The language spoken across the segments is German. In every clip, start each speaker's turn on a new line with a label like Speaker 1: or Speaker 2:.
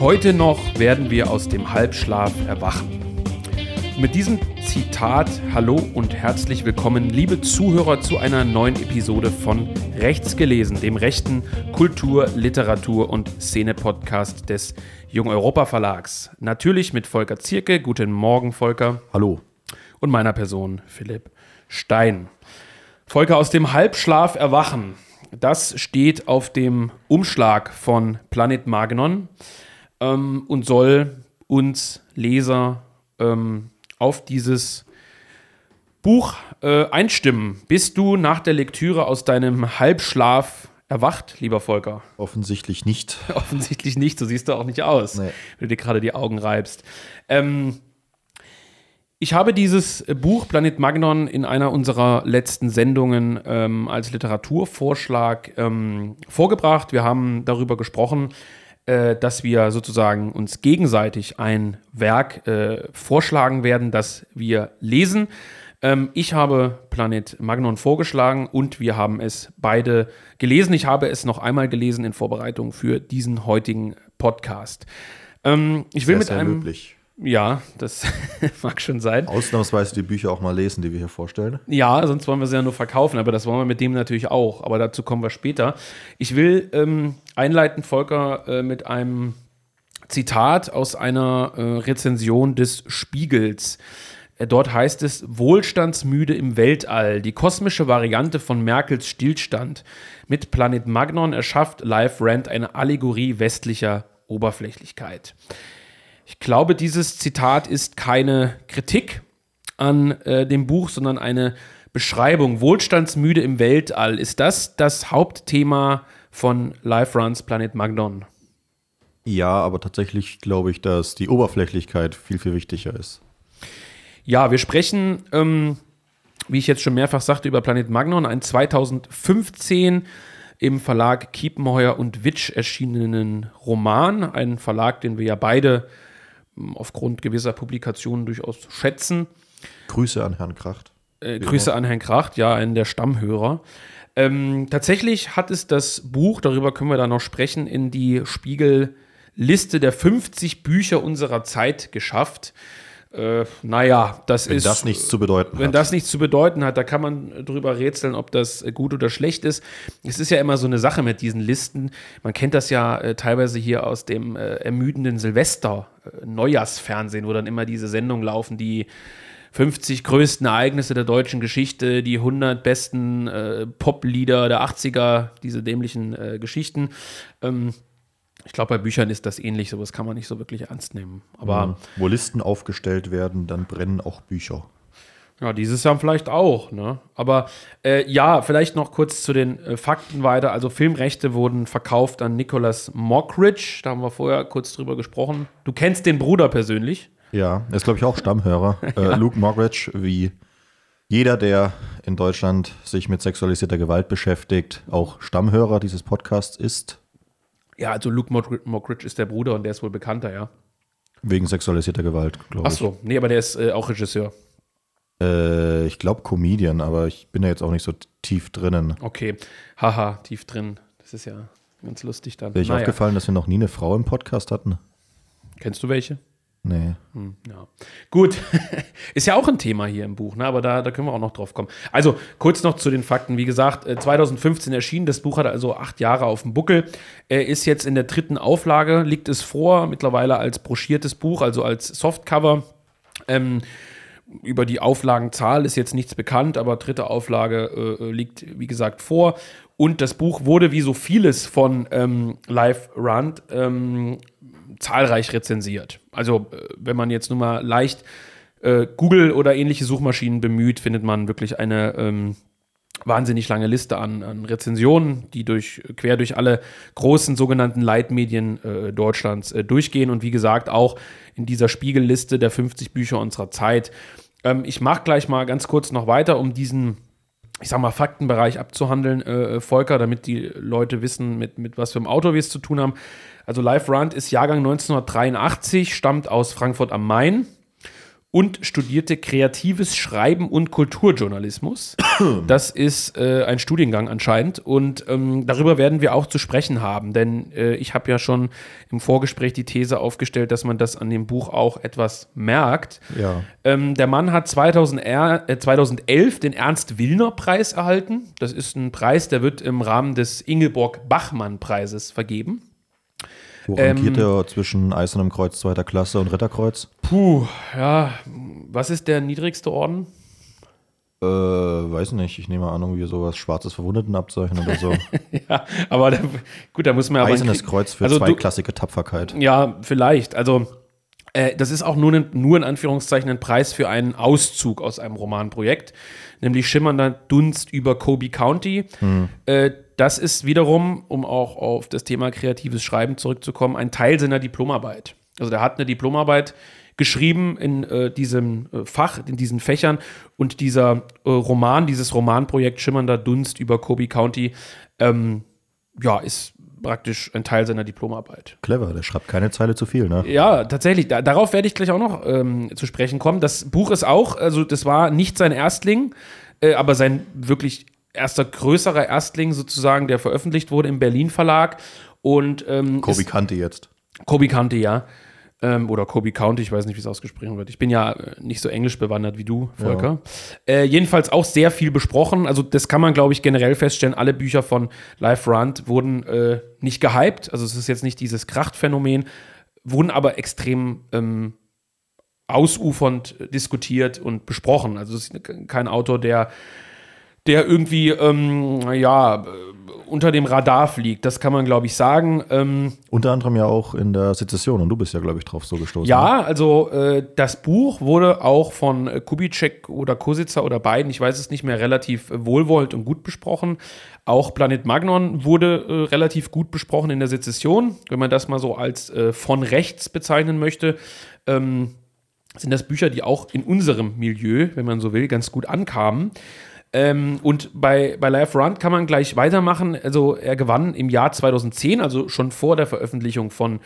Speaker 1: Heute noch werden wir aus dem Halbschlaf erwachen. Mit diesem Zitat hallo und herzlich willkommen, liebe Zuhörer, zu einer neuen Episode von Rechts gelesen, dem rechten Kultur-, Literatur- und Szene-Podcast des Jung Europa Verlags. Natürlich mit Volker Zierke. Guten Morgen, Volker.
Speaker 2: Hallo.
Speaker 1: Und meiner Person, Philipp Stein. Volker, aus dem Halbschlaf erwachen. Das steht auf dem Umschlag von Planet Magnon und soll uns Leser auf dieses Buch einstimmen. Bist du nach der Lektüre aus deinem Halbschlaf erwacht, lieber Volker?
Speaker 2: Offensichtlich nicht.
Speaker 1: Offensichtlich nicht, so siehst du auch nicht aus,
Speaker 2: Nee.
Speaker 1: wenn du dir gerade die Augen reibst. Ich habe dieses Buch Planet Magnon in einer unserer letzten Sendungen als Literaturvorschlag vorgebracht. Wir haben darüber gesprochen, dass wir sozusagen uns gegenseitig ein Werk vorschlagen werden, das wir lesen. Ich habe Planet Magnon vorgeschlagen und wir haben es beide gelesen. Ich habe es noch einmal gelesen in Vorbereitung für diesen heutigen Podcast. Ich will mit
Speaker 2: sehr
Speaker 1: einem...
Speaker 2: löblich.
Speaker 1: Ja, das mag schon sein.
Speaker 2: Ausnahmsweise die Bücher auch mal lesen, die wir hier vorstellen.
Speaker 1: Ja, sonst wollen wir sie ja nur verkaufen, aber das wollen wir mit dem natürlich auch. Aber dazu kommen wir später. Ich will einleiten, Volker, mit einem Zitat aus einer Rezension des Spiegels. Dort heißt es: Wohlstandsmüde im Weltall, die kosmische Variante von Merkels Stillstand. Mit Planet Magnon erschafft Live Rant eine Allegorie westlicher Oberflächlichkeit. Ich glaube, dieses Zitat ist keine Kritik an dem Buch, sondern eine Beschreibung. Wohlstandsmüde im Weltall. Ist das Hauptthema von Live Runs Planet Magnon?
Speaker 2: Ja, aber tatsächlich glaube ich, dass die Oberflächlichkeit viel, viel wichtiger ist.
Speaker 1: Ja, wir sprechen, wie ich jetzt schon mehrfach sagte, über Planet Magnon, ein 2015 im Verlag Kiepenheuer und Witsch erschienenen Roman. Ein Verlag, den wir ja beide aufgrund gewisser Publikationen durchaus schätzen.
Speaker 2: Grüße an Herrn Kracht.
Speaker 1: Grüße an Herrn Kracht, ja, einen der Stammhörer. Tatsächlich hat es das Buch, darüber können wir da noch sprechen, in die Spiegel-Liste der 50 Bücher unserer Zeit geschafft. Wenn das nichts zu bedeuten hat, da kann man drüber rätseln, ob das gut oder schlecht ist. Es ist ja immer so eine Sache mit diesen Listen. Man kennt das ja teilweise hier aus dem ermüdenden Silvester-Neujahrsfernsehen, wo dann immer diese Sendungen laufen, die 50 größten Ereignisse der deutschen Geschichte, die 100 besten Poplieder der 80er, diese dämlichen Geschichten. Ich glaube, bei Büchern ist das ähnlich, sowas kann man nicht so wirklich ernst nehmen. Aber
Speaker 2: wo Listen aufgestellt werden, dann brennen auch Bücher.
Speaker 1: Ja, dieses Jahr vielleicht auch, ne? Aber vielleicht noch kurz zu den Fakten weiter. Also Filmrechte wurden verkauft an Nicholas Mockridge, da haben wir vorher kurz drüber gesprochen. Du kennst den Bruder persönlich?
Speaker 2: Ja, er ist, glaube ich, auch Stammhörer.
Speaker 1: Ja.
Speaker 2: Luke Mockridge, wie jeder, der in Deutschland sich mit sexualisierter Gewalt beschäftigt, auch Stammhörer dieses Podcasts ist.
Speaker 1: Ja, also Luke Mockridge ist der Bruder und der ist wohl bekannter, ja.
Speaker 2: Wegen sexualisierter Gewalt, glaube ich.
Speaker 1: Ach so, nee, aber der ist auch Regisseur.
Speaker 2: Ich glaube Comedian, aber ich bin da jetzt auch nicht so tief drinnen.
Speaker 1: Okay, haha, tief drin. Das ist ja ganz lustig dann.
Speaker 2: Ist euch aufgefallen, dass wir noch nie eine Frau im Podcast hatten?
Speaker 1: Kennst du welche?
Speaker 2: Nee.
Speaker 1: Ja. Gut, ist ja auch ein Thema hier im Buch, ne? Aber da können wir auch noch drauf kommen. Also kurz noch zu den Fakten. Wie gesagt, 2015 erschienen, das Buch hat also 8 Jahre auf dem Buckel. Ist jetzt in der 3. Auflage, liegt es vor, mittlerweile als broschiertes Buch, also als Softcover. Über die Auflagenzahl ist jetzt nichts bekannt, aber 3. Auflage liegt, wie gesagt, vor. Und das Buch wurde, wie so vieles von Live Rant, zahlreich rezensiert. Also wenn man jetzt nur mal leicht Google oder ähnliche Suchmaschinen bemüht, findet man wirklich eine wahnsinnig lange Liste an Rezensionen, die quer durch alle großen sogenannten Leitmedien Deutschlands durchgehen und wie gesagt auch in dieser Spiegelliste der 50 Bücher unserer Zeit. Ich mache gleich mal ganz kurz noch weiter, um diesen, ich sag mal, Faktenbereich abzuhandeln, Volker, damit die Leute wissen, mit was für einem Autor wir es zu tun haben. Also Live Rant ist Jahrgang 1983, stammt aus Frankfurt am Main und studierte kreatives Schreiben und Kulturjournalismus. Das ist ein Studiengang anscheinend und darüber werden wir auch zu sprechen haben, denn ich habe ja schon im Vorgespräch die These aufgestellt, dass man das an dem Buch auch etwas merkt.
Speaker 2: Ja.
Speaker 1: Der Mann hat 2011 den Ernst-Willner-Preis erhalten. Das ist ein Preis, der wird im Rahmen des Ingeborg-Bachmann-Preises vergeben.
Speaker 2: Wo rankiert er zwischen Eisernem Kreuz 2. Klasse und Ritterkreuz?
Speaker 1: Ja, was ist der niedrigste Orden?
Speaker 2: Weiß nicht, ich nehme an, irgendwie sowas schwarzes Verwundetenabzeichen oder so.
Speaker 1: Ja, aber da muss man
Speaker 2: Eisernes Kreuz für zweiklassige Tapferkeit.
Speaker 1: Ja, vielleicht. Also, das ist auch nur in Anführungszeichen ein Preis für einen Auszug aus einem Romanprojekt, nämlich Schimmernder Dunst über Colby County. Das ist wiederum, um auch auf das Thema kreatives Schreiben zurückzukommen, ein Teil seiner Diplomarbeit. Also der hat eine Diplomarbeit geschrieben in diesem Fach, in diesen Fächern und dieses Romanprojekt Schimmernder Dunst über Colby County, ist praktisch ein Teil seiner Diplomarbeit.
Speaker 2: Clever, der schreibt keine Zeile zu viel, ne?
Speaker 1: Ja, tatsächlich. Darauf werde ich gleich auch noch zu sprechen kommen. Das Buch ist auch, also das war nicht sein Erstling, aber sein wirklich erster größerer Erstling sozusagen, der veröffentlicht wurde im Berlin Verlag. Und
Speaker 2: Colby County jetzt.
Speaker 1: Colby County, ja. Oder Colby County, ich weiß nicht, wie es ausgesprochen wird. Ich bin ja nicht so englisch bewandert wie du, Volker. Ja. Jedenfalls auch sehr viel besprochen. Also das kann man, glaube ich, generell feststellen. Alle Bücher von Live Rand wurden nicht gehypt. Also es ist jetzt nicht dieses Krachtphänomen, wurden aber extrem ausufernd diskutiert und besprochen. Also es ist kein Autor, der irgendwie, unter dem Radar fliegt. Das kann man, glaube ich, sagen.
Speaker 2: Unter anderem ja auch in der Sezession. Und du bist ja, glaube ich, drauf so gestoßen.
Speaker 1: Ja, also das Buch wurde auch von Kubitschek oder Košica oder beiden, ich weiß es nicht mehr, relativ wohlwollend und gut besprochen. Auch Planet Magnon wurde relativ gut besprochen in der Sezession. Wenn man das mal so als von rechts bezeichnen möchte, sind das Bücher, die auch in unserem Milieu, wenn man so will, ganz gut ankamen. Und bei Live Rand kann man gleich weitermachen. Also er gewann im Jahr 2010, also schon vor der Veröffentlichung von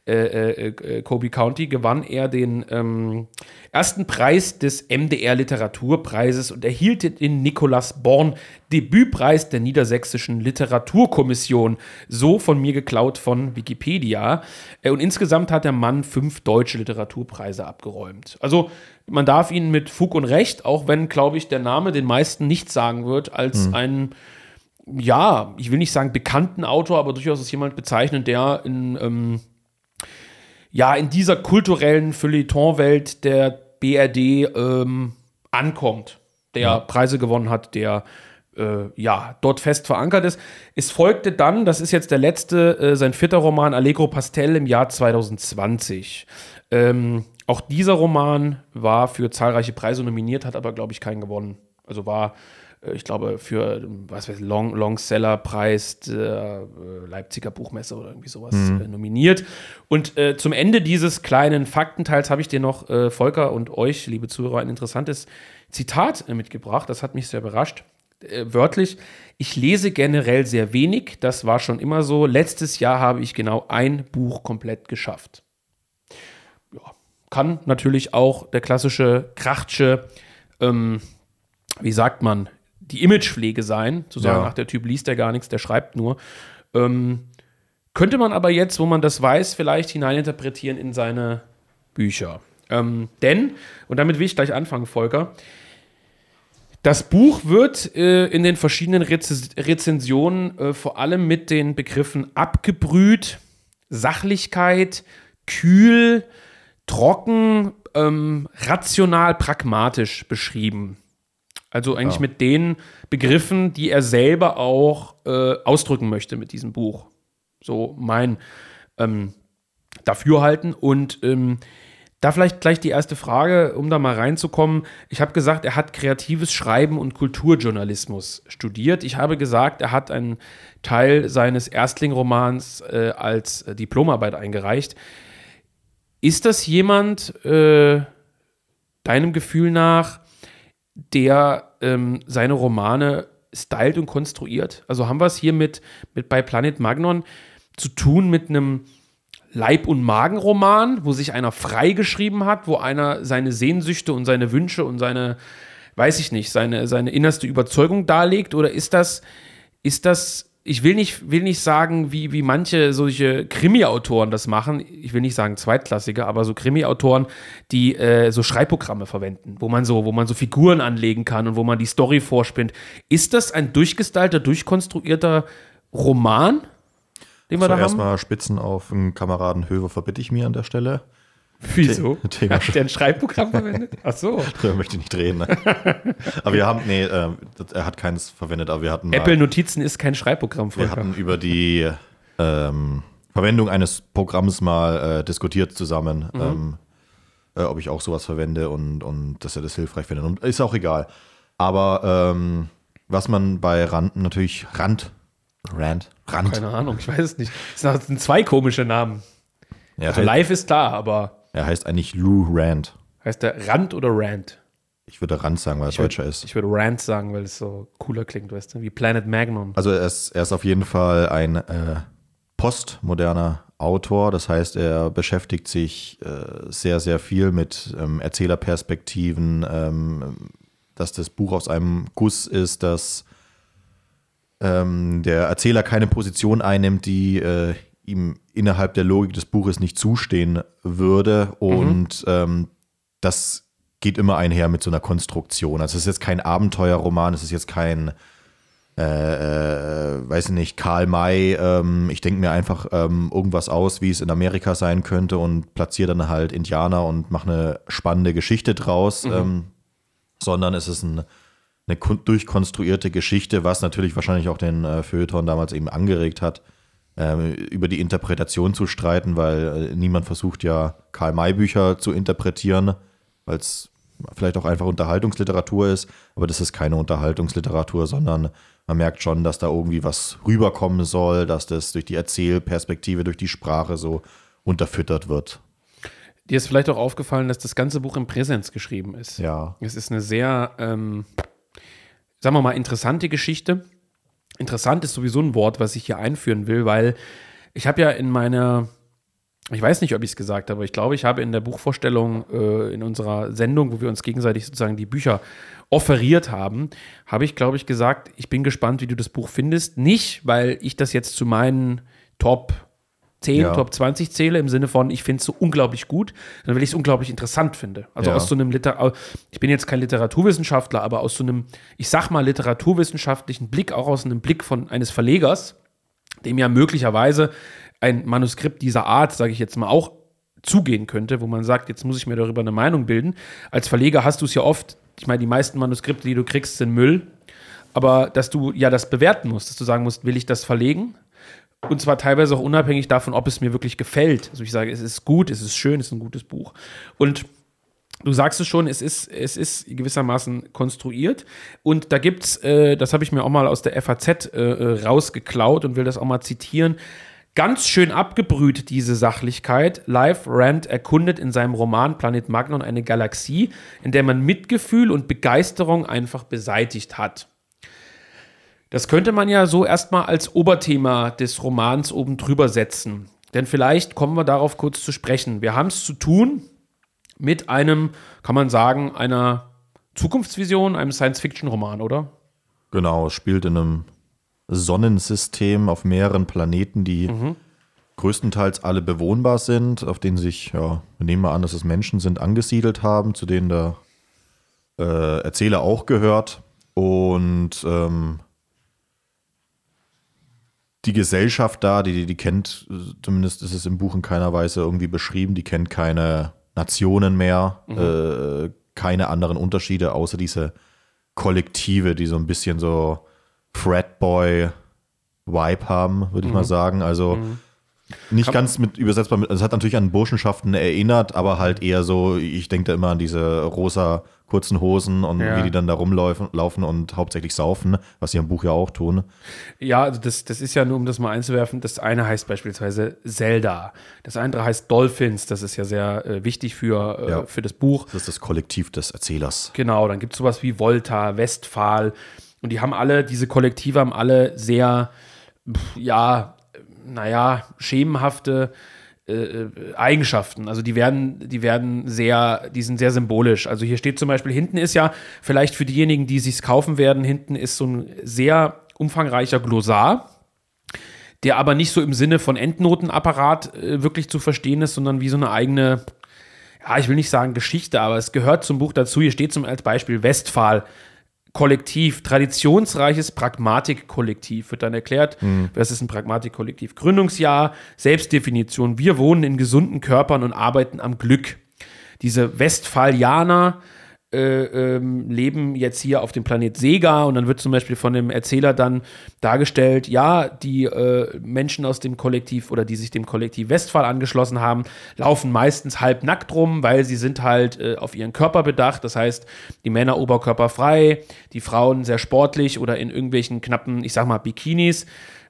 Speaker 1: Colby County, gewann er den ersten Preis des MDR Literaturpreises und erhielt den Nikolaus Born Debütpreis der Niedersächsischen Literaturkommission, so von mir geklaut von Wikipedia. Und insgesamt hat der Mann 5 deutsche Literaturpreise abgeräumt. Also man darf ihn mit Fug und Recht, auch wenn, glaube ich, der Name den meisten nichts sagen wird, als einen, ja, ich will nicht sagen bekannten Autor, aber durchaus als jemand bezeichnen, der in dieser kulturellen Feuilleton-Welt der BRD ankommt, der Preise gewonnen hat, der dort fest verankert ist. Es folgte dann, das ist jetzt der letzte, sein 4. Roman Allegro Pastel im Jahr 2020. Auch dieser Roman war für zahlreiche Preise nominiert, hat aber, glaube ich, keinen gewonnen. Also war, ich glaube, für Longseller-Preis der Leipziger Buchmesse oder irgendwie sowas nominiert. Und zum Ende dieses kleinen Faktenteils habe ich dir noch, Volker und euch, liebe Zuhörer, ein interessantes Zitat mitgebracht. Das hat mich sehr überrascht. Wörtlich: Ich lese generell sehr wenig, das war schon immer so. Letztes Jahr habe ich genau ein Buch komplett geschafft. Ja, kann natürlich auch der klassische Krachtsche, wie sagt man, die Imagepflege sein, zu sagen, ach, der Typ liest ja gar nichts, der schreibt nur. Könnte man aber jetzt, wo man das weiß, vielleicht hineininterpretieren in seine Bücher. Denn, und damit will ich gleich anfangen, Volker, das Buch wird in den verschiedenen Rezensionen vor allem mit den Begriffen abgebrüht, Sachlichkeit, kühl, trocken, rational, pragmatisch beschrieben. Also eigentlich mit den Begriffen, die er selber auch ausdrücken möchte mit diesem Buch. So mein Dafürhalten. Und da vielleicht gleich die erste Frage, um da mal reinzukommen. Ich habe gesagt, er hat kreatives Schreiben und Kulturjournalismus studiert. Ich habe gesagt, er hat einen Teil seines Erstlingromans als Diplomarbeit eingereicht. Ist das jemand, deinem Gefühl nach, der seine Romane stylt und konstruiert? Also haben wir es hier mit bei Planet Magnon zu tun mit einem Leib- und Magenroman, wo sich einer freigeschrieben hat, wo einer seine Sehnsüchte und seine Wünsche und seine, weiß ich nicht, seine innerste Überzeugung darlegt? Oder ist das, ich will nicht sagen, wie manche solche Krimi-Autoren das machen, ich will nicht sagen Zweitklassige, aber so Krimi-Autoren, die so Schreibprogramme verwenden, wo man so Figuren anlegen kann und wo man die Story vorspinnt. Ist das ein durchgestylter, durchkonstruierter Roman, den wir da haben?
Speaker 2: Erstmal Spitzen auf den Kameraden Höver verbitte ich mir an der Stelle.
Speaker 1: Wieso? Hat der ein Schreibprogramm verwendet? Ach so.
Speaker 2: Darüber möchte ich nicht reden. Ne? Aber wir haben, er hat keines verwendet, aber wir hatten
Speaker 1: Apple Notizen ist kein Schreibprogramm.
Speaker 2: Wir hatten über die Verwendung eines Programms mal diskutiert zusammen, ob ich auch sowas verwende und dass er das hilfreich findet. Und ist auch egal. Aber was man bei Rand natürlich Rand.
Speaker 1: Keine Ahnung, ich weiß es nicht. Es sind zwei komische Namen.
Speaker 2: Ja,
Speaker 1: also Live ist klar, aber
Speaker 2: er heißt eigentlich Lou Rand.
Speaker 1: Heißt der Rand oder Rand?
Speaker 2: Ich würde Rand sagen, weil er Deutscher ist.
Speaker 1: Ich würde Rand sagen, weil es so cooler klingt, weißt du, wie Planet Magnum.
Speaker 2: Also er ist auf jeden Fall ein postmoderner Autor. Das heißt, er beschäftigt sich sehr, sehr viel mit Erzählerperspektiven, dass das Buch aus einem Guss ist, dass der Erzähler keine Position einnimmt, die ihm innerhalb der Logik des Buches nicht zustehen würde. Und das geht immer einher mit so einer Konstruktion. Also es ist jetzt kein Abenteuerroman, es ist jetzt kein, weiß ich nicht, Karl May. Ich denke mir einfach irgendwas aus, wie es in Amerika sein könnte und platziere dann halt Indianer und mache eine spannende Geschichte draus. Sondern es ist eine durchkonstruierte Geschichte, was natürlich wahrscheinlich auch den Feuilleton damals eben angeregt hat, über die Interpretation zu streiten, weil niemand versucht ja Karl-May-Bücher zu interpretieren, weil es vielleicht auch einfach Unterhaltungsliteratur ist, aber das ist keine Unterhaltungsliteratur, sondern man merkt schon, dass da irgendwie was rüberkommen soll, dass das durch die Erzählperspektive, durch die Sprache so unterfüttert wird.
Speaker 1: Dir ist vielleicht auch aufgefallen, dass das ganze Buch im Präsens geschrieben ist.
Speaker 2: Ja.
Speaker 1: Es ist eine sehr, sagen wir mal, interessante Geschichte. Interessant ist sowieso ein Wort, was ich hier einführen will, weil ich habe ja in meiner, ich weiß nicht, ob ich es gesagt habe, aber ich glaube, ich habe in der Buchvorstellung in unserer Sendung, wo wir uns gegenseitig sozusagen die Bücher offeriert haben, habe ich, glaube ich, gesagt, ich bin gespannt, wie du das Buch findest. Nicht, weil ich das jetzt zu meinen Top 10, Top 20 zähle, im Sinne von, ich finde es so unglaublich gut, sondern weil ich es unglaublich interessant finde. Also aus so einem ich bin jetzt kein Literaturwissenschaftler, aber aus so einem, ich sag mal, literaturwissenschaftlichen Blick, auch aus einem Blick eines Verlegers, dem ja möglicherweise ein Manuskript dieser Art, sage ich jetzt mal, auch zugehen könnte, wo man sagt, jetzt muss ich mir darüber eine Meinung bilden. Als Verleger hast du es ja oft, ich meine, die meisten Manuskripte, die du kriegst, sind Müll, aber dass du ja das bewerten musst, dass du sagen musst, will ich das verlegen? Und zwar teilweise auch unabhängig davon, ob es mir wirklich gefällt. Also ich sage, es ist gut, es ist schön, es ist ein gutes Buch. Und du sagst es schon, es ist gewissermaßen konstruiert. Und da gibt's, das habe ich mir auch mal aus der FAZ rausgeklaut und will das auch mal zitieren, ganz schön abgebrüht, diese Sachlichkeit. Live Rand erkundet in seinem Roman Planet Magnon eine Galaxie, in der man Mitgefühl und Begeisterung einfach beseitigt hat. Das könnte man ja so erstmal als Oberthema des Romans oben drüber setzen. Denn vielleicht kommen wir darauf kurz zu sprechen. Wir haben es zu tun mit einem, kann man sagen, einer Zukunftsvision, einem Science-Fiction-Roman, oder?
Speaker 2: Genau, es spielt in einem Sonnensystem auf mehreren Planeten, die größtenteils alle bewohnbar sind, auf denen sich, wir nehmen mal an, dass es Menschen sind, angesiedelt haben, zu denen der Erzähler auch gehört. Und die Gesellschaft da, die kennt, zumindest ist es im Buch in keiner Weise irgendwie beschrieben, die kennt keine Nationen mehr, keine anderen Unterschiede, außer diese Kollektive, die so ein bisschen so Fratboy-Vibe haben, würde ich mal sagen. Also nicht ganz mit übersetzbar, es hat natürlich an Burschenschaften erinnert, aber halt eher so, ich denke da immer an diese rosa kurzen Hosen und wie die dann da rumlaufen und hauptsächlich saufen, was sie im Buch ja auch tun. Ja,
Speaker 1: also das ist ja nur, um das mal einzuwerfen, das eine heißt beispielsweise Zelda, das andere heißt Dolphins, das ist ja sehr wichtig für das Buch.
Speaker 2: Das ist das Kollektiv des Erzählers.
Speaker 1: Genau, dann gibt es sowas wie Volta, Westphal und die haben alle, diese Kollektive haben alle sehr, schemenhafte Eigenschaften. Also die sind sehr symbolisch. Also hier steht zum Beispiel, hinten ist ja, vielleicht für diejenigen, die sich's kaufen werden, hinten ist so ein sehr umfangreicher Glossar, der aber nicht so im Sinne von Endnotenapparat wirklich zu verstehen ist, sondern wie so eine eigene, ja, ich will nicht sagen Geschichte, aber es gehört zum Buch dazu. Hier steht als Beispiel Westphal, Kollektiv, traditionsreiches Pragmatikkollektiv, wird dann erklärt, was ist ein Pragmatikkollektiv? Gründungsjahr, Selbstdefinition, wir wohnen in gesunden Körpern und arbeiten am Glück. Diese Westphalianer leben jetzt hier auf dem Planet Sega und dann wird zum Beispiel von dem Erzähler dann dargestellt, ja, die Menschen aus dem Kollektiv oder die sich dem Kollektiv Westphal angeschlossen haben, laufen meistens halbnackt rum, weil sie sind halt auf ihren Körper bedacht, das heißt, die Männer oberkörperfrei, die Frauen sehr sportlich oder in irgendwelchen knappen, ich sag mal, Bikinis,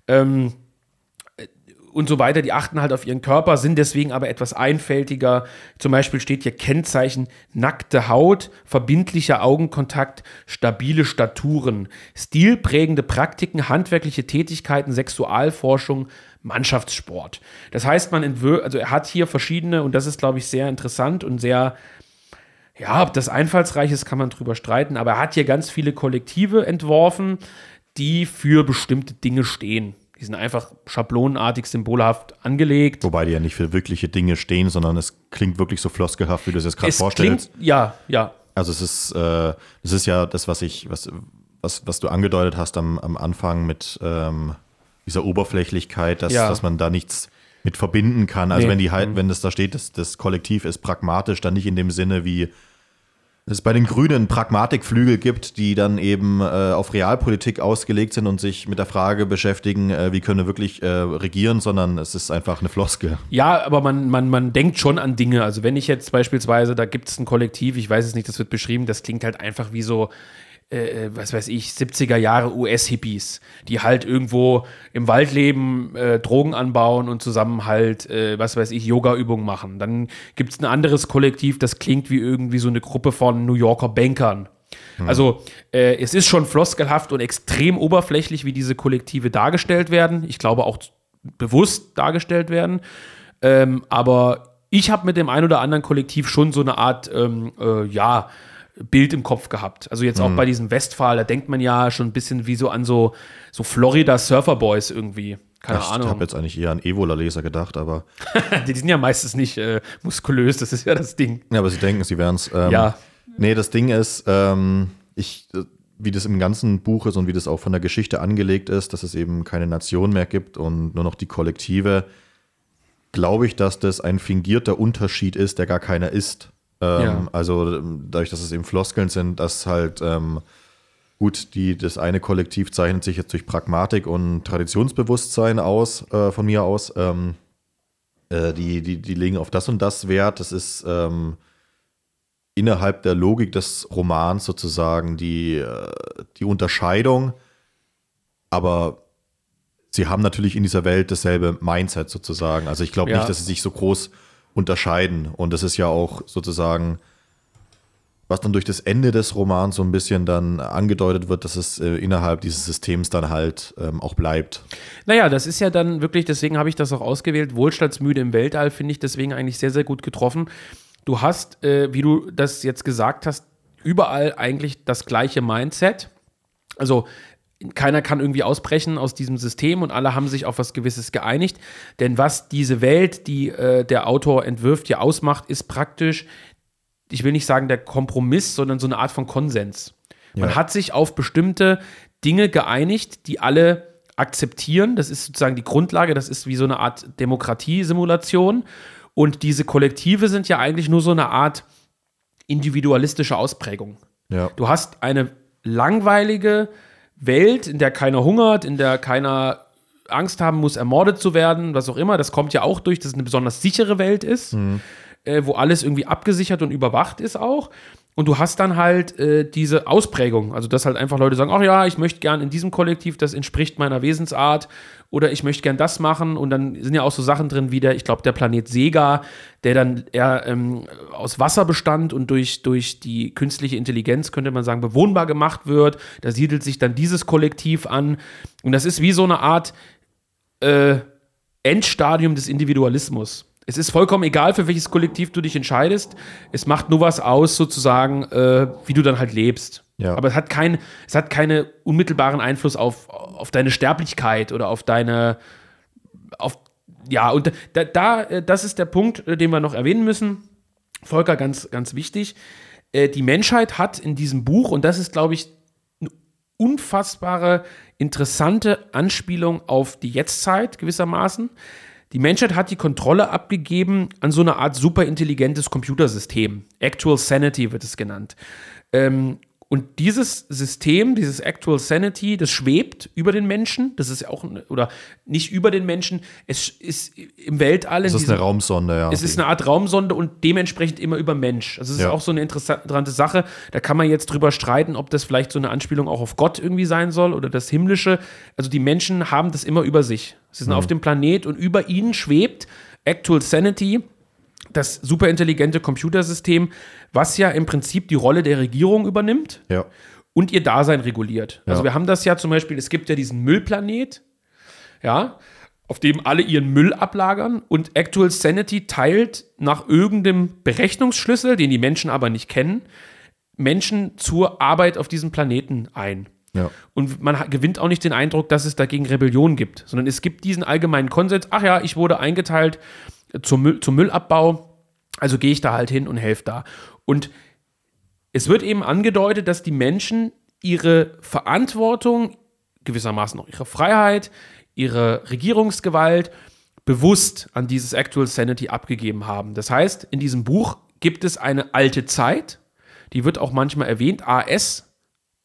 Speaker 1: und so weiter, die achten halt auf ihren Körper, sind deswegen aber etwas einfältiger. Zum Beispiel steht hier Kennzeichen nackte Haut, verbindlicher Augenkontakt, stabile Staturen, stilprägende Praktiken, handwerkliche Tätigkeiten, Sexualforschung, Mannschaftssport. Das heißt, er hat hier verschiedene, und das ist, glaube ich, sehr interessant und sehr, ja, ob das einfallsreich ist, kann man drüber streiten, aber er hat hier ganz viele Kollektive entworfen, die für bestimmte Dinge stehen. Die sind einfach schablonenartig, symbolhaft angelegt.
Speaker 2: Wobei die ja nicht für wirkliche Dinge stehen, sondern es klingt wirklich so floskelhaft, wie du es jetzt gerade vorstellst.
Speaker 1: Ja.
Speaker 2: Also es ist ja das, was du angedeutet hast am Anfang mit dieser Oberflächlichkeit, dass man da nichts mit verbinden kann. Also wenn das da steht, das Kollektiv ist pragmatisch, dann nicht in dem Sinne, wie es bei den Grünen Pragmatikflügel gibt, die dann eben auf Realpolitik ausgelegt sind und sich mit der Frage beschäftigen, wie können wir wirklich regieren, sondern es ist einfach eine Floskel.
Speaker 1: Ja, aber man denkt schon an Dinge. Also wenn ich jetzt beispielsweise, da gibt es ein Kollektiv, ich weiß es nicht, das wird beschrieben, das klingt halt einfach wie so, was weiß ich, 70er Jahre US-Hippies, die halt irgendwo im Wald leben, Drogen anbauen und zusammen halt, was weiß ich, Yoga-Übungen machen. Dann gibt es ein anderes Kollektiv, das klingt wie irgendwie so eine Gruppe von New Yorker Bankern. Also es ist schon floskelhaft und extrem oberflächlich, wie diese Kollektive dargestellt werden. Ich glaube auch bewusst dargestellt werden. Aber ich habe mit dem ein oder anderen Kollektiv schon so eine Art, Bild im Kopf gehabt. Also jetzt auch bei diesem Westphal, da denkt man ja schon ein bisschen wie so an so Florida Surfer Boys irgendwie. Keine Ahnung.
Speaker 2: Ich habe jetzt eigentlich eher an Evola-Leser gedacht, aber
Speaker 1: die sind ja meistens nicht muskulös, das ist ja das Ding.
Speaker 2: Ja, aber sie denken, sie wären es.
Speaker 1: Ja.
Speaker 2: Nee, das Ding ist, wie das im ganzen Buch ist und wie das auch von der Geschichte angelegt ist, dass es eben keine Nation mehr gibt und nur noch die Kollektive, glaube ich, dass das ein fingierter Unterschied ist, der gar keiner ist. Also dadurch, dass es eben Floskeln sind, dass halt gut, das eine Kollektiv zeichnet sich jetzt durch Pragmatik und Traditionsbewusstsein aus, von mir aus. Die legen auf das und das Wert. Das ist innerhalb der Logik des Romans sozusagen die Unterscheidung. Aber sie haben natürlich in dieser Welt dasselbe Mindset sozusagen. Also ich glaube nicht, dass sie sich so groß unterscheiden. Und das ist ja auch sozusagen, was dann durch das Ende des Romans so ein bisschen dann angedeutet wird, dass es innerhalb dieses Systems dann halt auch bleibt.
Speaker 1: Naja, das ist ja dann wirklich, deswegen habe ich das auch ausgewählt, Wohlstandsmüde im Weltall, finde ich deswegen eigentlich sehr, sehr gut getroffen. Du hast, wie du das jetzt gesagt hast, überall eigentlich das gleiche Mindset. Also keiner kann irgendwie ausbrechen aus diesem System und alle haben sich auf was Gewisses geeinigt. Denn was diese Welt, die der Autor entwirft, hier ausmacht, ist praktisch, ich will nicht sagen der Kompromiss, sondern so eine Art von Konsens. Man hat sich auf bestimmte Dinge geeinigt, die alle akzeptieren. Das ist sozusagen die Grundlage, das ist wie so eine Art Demokratiesimulation. Und diese Kollektive sind ja eigentlich nur so eine Art individualistische Ausprägung.
Speaker 2: Ja.
Speaker 1: Du hast eine langweilige Welt, in der keiner hungert, in der keiner Angst haben muss, ermordet zu werden, was auch immer. Das kommt ja auch durch, dass es eine besonders sichere Welt ist, wo alles irgendwie abgesichert und überwacht ist auch. Und du hast dann halt diese Ausprägung, also dass halt einfach Leute sagen, ach ja, ich möchte gern in diesem Kollektiv, das entspricht meiner Wesensart, oder ich möchte gern das machen. Und dann sind ja auch so Sachen drin wie der Planet Sega, der dann eher aus Wasser bestand und durch die künstliche Intelligenz, könnte man sagen, bewohnbar gemacht wird. Da siedelt sich dann dieses Kollektiv an. Und das ist wie so eine Art Endstadium des Individualismus. Es ist vollkommen egal, für welches Kollektiv du dich entscheidest. Es macht nur was aus, sozusagen, wie du dann halt lebst.
Speaker 2: Ja.
Speaker 1: Aber es hat keinen unmittelbaren Einfluss auf deine Sterblichkeit oder auf deine. Und das ist der Punkt, den wir noch erwähnen müssen. Volker, ganz, ganz wichtig. Die Menschheit hat in diesem Buch, und das ist, glaube ich, eine unfassbare, interessante Anspielung auf die Jetztzeit gewissermaßen. Die Menschheit hat die Kontrolle abgegeben an so eine Art superintelligentes Computersystem. Actual Sanity wird es genannt. Und dieses System, dieses Actual Sanity, das schwebt über den Menschen. Das ist ja auch, oder nicht über den Menschen, es ist im Weltall.
Speaker 2: Es ist eine Raumsonde, ja.
Speaker 1: Es ist eine Art Raumsonde und dementsprechend immer über Mensch. Also es ist auch so eine interessante Sache. Da kann man jetzt drüber streiten, ob das vielleicht so eine Anspielung auch auf Gott irgendwie sein soll oder das Himmlische. Also die Menschen haben das immer über sich. Sie sind auf dem Planet und über ihnen schwebt Actual Sanity, das superintelligente Computersystem, was ja im Prinzip die Rolle der Regierung übernimmt und ihr Dasein reguliert. Also wir haben das ja zum Beispiel, es gibt ja diesen Müllplanet, auf dem alle ihren Müll ablagern und Actual Sanity teilt nach irgendeinem Berechnungsschlüssel, den die Menschen aber nicht kennen, Menschen zur Arbeit auf diesem Planeten ein.
Speaker 2: Ja.
Speaker 1: Und man gewinnt auch nicht den Eindruck, dass es dagegen Rebellion gibt, sondern es gibt diesen allgemeinen Konsens, ach ja, ich wurde eingeteilt zum Müllabbau, also gehe ich da halt hin und helfe da. Und es wird eben angedeutet, dass die Menschen ihre Verantwortung, gewissermaßen auch ihre Freiheit, ihre Regierungsgewalt bewusst an dieses Actual Sanity abgegeben haben. Das heißt, in diesem Buch gibt es eine alte Zeit, die wird auch manchmal erwähnt, AS.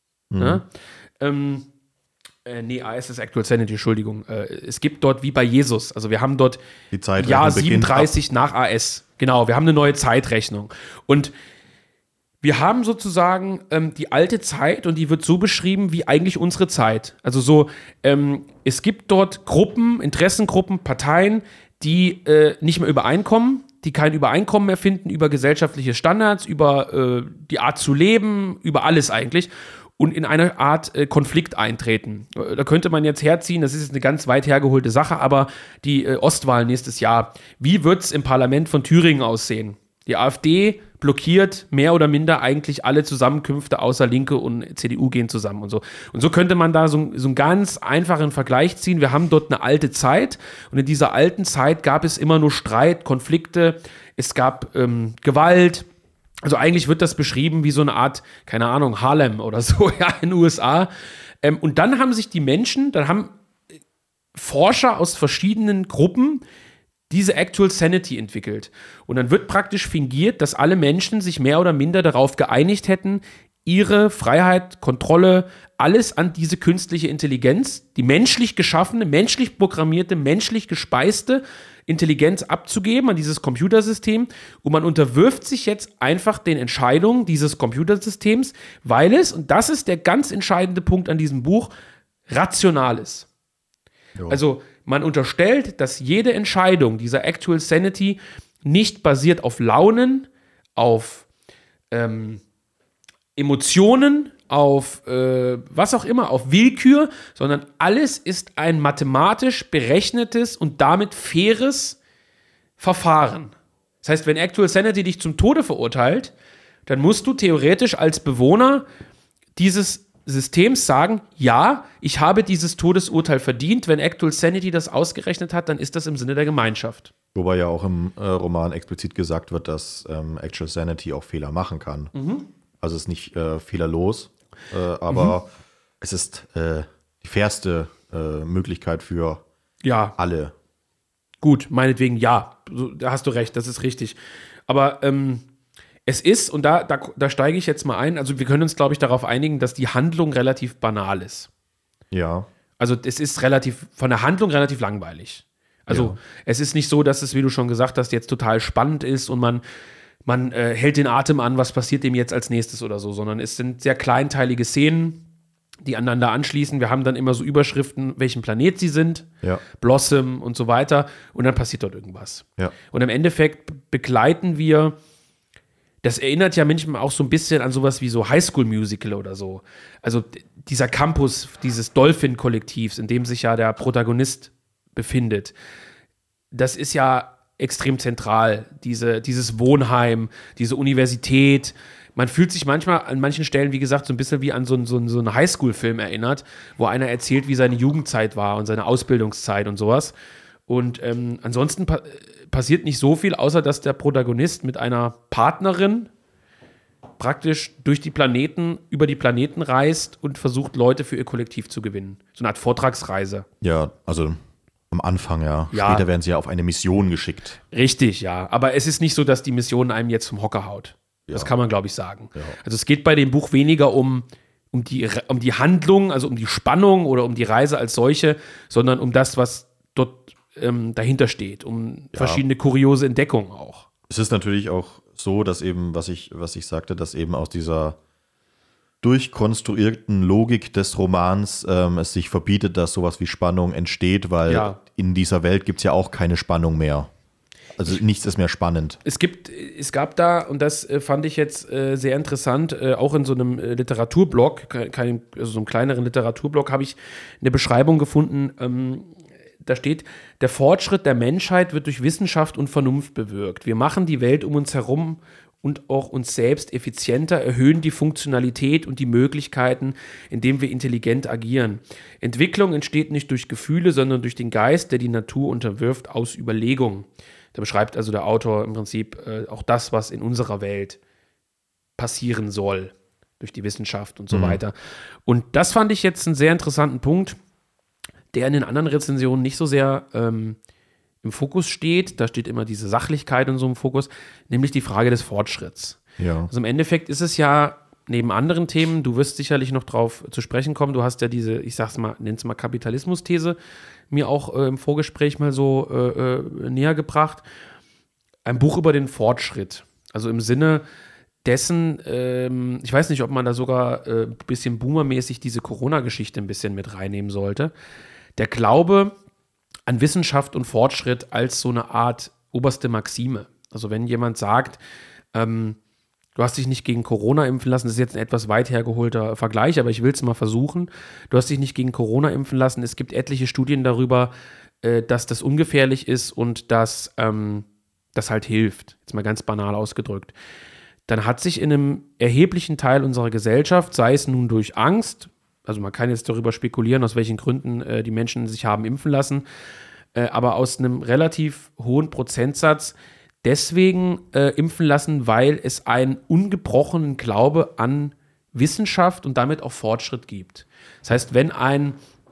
Speaker 1: AS ist Actual Sanity, Entschuldigung. Es gibt dort wie bei Jesus, also wir haben dort
Speaker 2: die Zeit
Speaker 1: Jahr 37 nach AS. Genau, wir haben eine neue Zeitrechnung. Und wir haben sozusagen die alte Zeit und die wird so beschrieben wie eigentlich unsere Zeit. Also so, es gibt dort Gruppen, Interessengruppen, Parteien, die nicht mehr übereinkommen, die kein Übereinkommen mehr finden über gesellschaftliche Standards, über die Art zu leben, über alles eigentlich. Und in eine Art Konflikt eintreten. Da könnte man jetzt herziehen, das ist jetzt eine ganz weit hergeholte Sache, aber die Ostwahl nächstes Jahr, wie wird es im Parlament von Thüringen aussehen? Die AfD blockiert mehr oder minder eigentlich alle Zusammenkünfte, außer Linke und CDU gehen zusammen und so. Und so könnte man da so einen ganz einfachen Vergleich ziehen. Wir haben dort eine alte Zeit und in dieser alten Zeit gab es immer nur Streit, Konflikte, es gab Gewalt. Also eigentlich wird das beschrieben wie so eine Art, keine Ahnung, Harlem oder so, in den USA. Und dann haben sich die Menschen, dann haben Forscher aus verschiedenen Gruppen diese Actual Sanity entwickelt. Und dann wird praktisch fingiert, dass alle Menschen sich mehr oder minder darauf geeinigt hätten, ihre Freiheit, Kontrolle, alles an diese künstliche Intelligenz, die menschlich geschaffene, menschlich programmierte, menschlich gespeiste Intelligenz abzugeben an dieses Computersystem. Und man unterwirft sich jetzt einfach den Entscheidungen dieses Computersystems, weil es, und das ist der ganz entscheidende Punkt an diesem Buch, rational ist. Jo. Also man unterstellt, dass jede Entscheidung dieser Actual Sanity nicht basiert auf Launen, auf Emotionen, auf was auch immer, auf Willkür, sondern alles ist ein mathematisch berechnetes und damit faires Verfahren. Das heißt, wenn Actual Sanity dich zum Tode verurteilt, dann musst du theoretisch als Bewohner dieses Systems sagen, ja, ich habe dieses Todesurteil verdient. Wenn Actual Sanity das ausgerechnet hat, dann ist das im Sinne der Gemeinschaft.
Speaker 2: Wobei ja auch im Roman explizit gesagt wird, dass Actual Sanity auch Fehler machen kann. Also es ist nicht fehlerlos, aber es ist die fairste Möglichkeit für alle.
Speaker 1: Gut, meinetwegen ja, da hast du recht, das ist richtig. Aber es ist, und da steige ich jetzt mal ein, also wir können uns, glaube ich, darauf einigen, dass die Handlung relativ banal ist.
Speaker 2: Ja.
Speaker 1: Also es ist von der Handlung relativ langweilig. Also es ist nicht so, dass es, wie du schon gesagt hast, jetzt total spannend ist und man hält den Atem an, was passiert dem jetzt als nächstes oder so, sondern es sind sehr kleinteilige Szenen, die aneinander anschließen. Wir haben dann immer so Überschriften, welchen Planet sie sind, Blossom und so weiter, und dann passiert dort irgendwas. Ja. Und im Endeffekt begleiten wir, das erinnert ja manchmal auch so ein bisschen an sowas wie so Highschool-Musical oder so. Also dieser Campus dieses Dolphin-Kollektivs, in dem sich ja der Protagonist befindet, das ist ja extrem zentral. Dieses Wohnheim, diese Universität. Man fühlt sich manchmal an manchen Stellen, wie gesagt, so ein bisschen wie an so einen Highschool-Film erinnert, wo einer erzählt, wie seine Jugendzeit war und seine Ausbildungszeit und sowas. Und ansonsten passiert nicht so viel, außer dass der Protagonist mit einer Partnerin praktisch über die Planeten reist und versucht, Leute für ihr Kollektiv zu gewinnen. So eine Art Vortragsreise.
Speaker 2: Ja, also am Anfang, ja. Später werden sie ja auf eine Mission geschickt.
Speaker 1: Richtig, ja. Aber es ist nicht so, dass die Mission einem jetzt vom Hocker haut. Ja. Das kann man, glaube ich, sagen. Ja. Also es geht bei dem Buch weniger um die Handlung, also um die Spannung oder um die Reise als solche, sondern um das, was dort dahinter steht, um verschiedene kuriose Entdeckungen auch.
Speaker 2: Es ist natürlich auch so, dass eben, was ich sagte, dass eben aus dieser durchkonstruierten Logik des Romans es sich verbietet, dass sowas wie Spannung entsteht, weil in dieser Welt gibt es ja auch keine Spannung mehr. Also nichts ist mehr spannend.
Speaker 1: Es gab da, und das fand ich jetzt sehr interessant, auch in so einem Literaturblog, also so einem kleineren Literaturblog, habe ich eine Beschreibung gefunden, da steht, der Fortschritt der Menschheit wird durch Wissenschaft und Vernunft bewirkt. Wir machen die Welt um uns herum und auch uns selbst effizienter, erhöhen die Funktionalität und die Möglichkeiten, indem wir intelligent agieren. Entwicklung entsteht nicht durch Gefühle, sondern durch den Geist, der die Natur unterwirft, aus Überlegung. Da beschreibt also der Autor im Prinzip auch das, was in unserer Welt passieren soll, durch die Wissenschaft und so weiter. Und das fand ich jetzt einen sehr interessanten Punkt, der in den anderen Rezensionen nicht so sehr im Fokus steht. Da steht immer diese Sachlichkeit und so im Fokus, nämlich die Frage des Fortschritts.
Speaker 2: Ja.
Speaker 1: Also im Endeffekt ist es ja neben anderen Themen, du wirst sicherlich noch drauf zu sprechen kommen, du hast ja diese, ich sag's mal, nenn's mal Kapitalismus-These mir auch im Vorgespräch mal so näher gebracht. Ein Buch über den Fortschritt. Also im Sinne dessen, ich weiß nicht, ob man da sogar ein bisschen boomermäßig diese Corona-Geschichte ein bisschen mit reinnehmen sollte. Der Glaube an Wissenschaft und Fortschritt als so eine Art oberste Maxime. Also wenn jemand sagt, du hast dich nicht gegen Corona impfen lassen, das ist jetzt ein etwas weit hergeholter Vergleich, aber ich will es mal versuchen. Du hast dich nicht gegen Corona impfen lassen. Es gibt etliche Studien darüber, dass das ungefährlich ist und dass das halt hilft. Jetzt mal ganz banal ausgedrückt. Dann hat sich in einem erheblichen Teil unserer Gesellschaft, sei es nun durch Angst, also man kann jetzt darüber spekulieren, aus welchen Gründen die Menschen sich haben impfen lassen, aber aus einem relativ hohen Prozentsatz deswegen impfen lassen, weil es einen ungebrochenen Glaube an Wissenschaft und damit auch Fortschritt gibt. Das heißt, wenn ein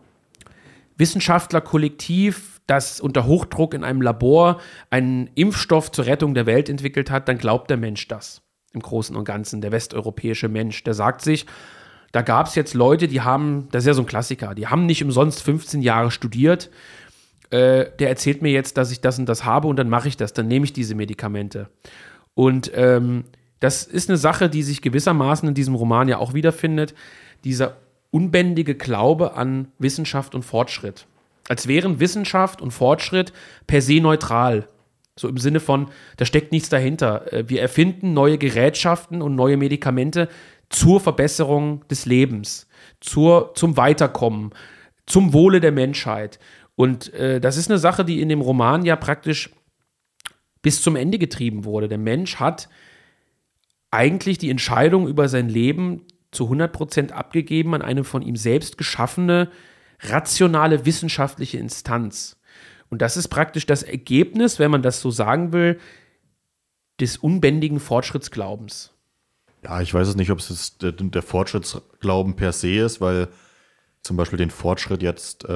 Speaker 1: Wissenschaftlerkollektiv, das unter Hochdruck in einem Labor einen Impfstoff zur Rettung der Welt entwickelt hat, dann glaubt der Mensch das im Großen und Ganzen, der westeuropäische Mensch. Der sagt sich, da gab es jetzt Leute, die haben, das ist ja so ein Klassiker, die haben nicht umsonst 15 Jahre studiert. Der erzählt mir jetzt, dass ich das und das habe und dann mache ich das, dann nehme ich diese Medikamente. Und das ist eine Sache, die sich gewissermaßen in diesem Roman ja auch wiederfindet, dieser unbändige Glaube an Wissenschaft und Fortschritt. Als wären Wissenschaft und Fortschritt per se neutral. So im Sinne von, da steckt nichts dahinter. Wir erfinden neue Gerätschaften und neue Medikamente zur Verbesserung des Lebens, zum Weiterkommen, zum Wohle der Menschheit. Und das ist eine Sache, die in dem Roman ja praktisch bis zum Ende getrieben wurde. Der Mensch hat eigentlich die Entscheidung über sein Leben zu 100% abgegeben an eine von ihm selbst geschaffene, rationale wissenschaftliche Instanz. Und das ist praktisch das Ergebnis, wenn man das so sagen will, des unbändigen Fortschrittsglaubens.
Speaker 2: Ja, ich weiß es nicht, ob es der Fortschrittsglauben per se ist, weil zum Beispiel den Fortschritt jetzt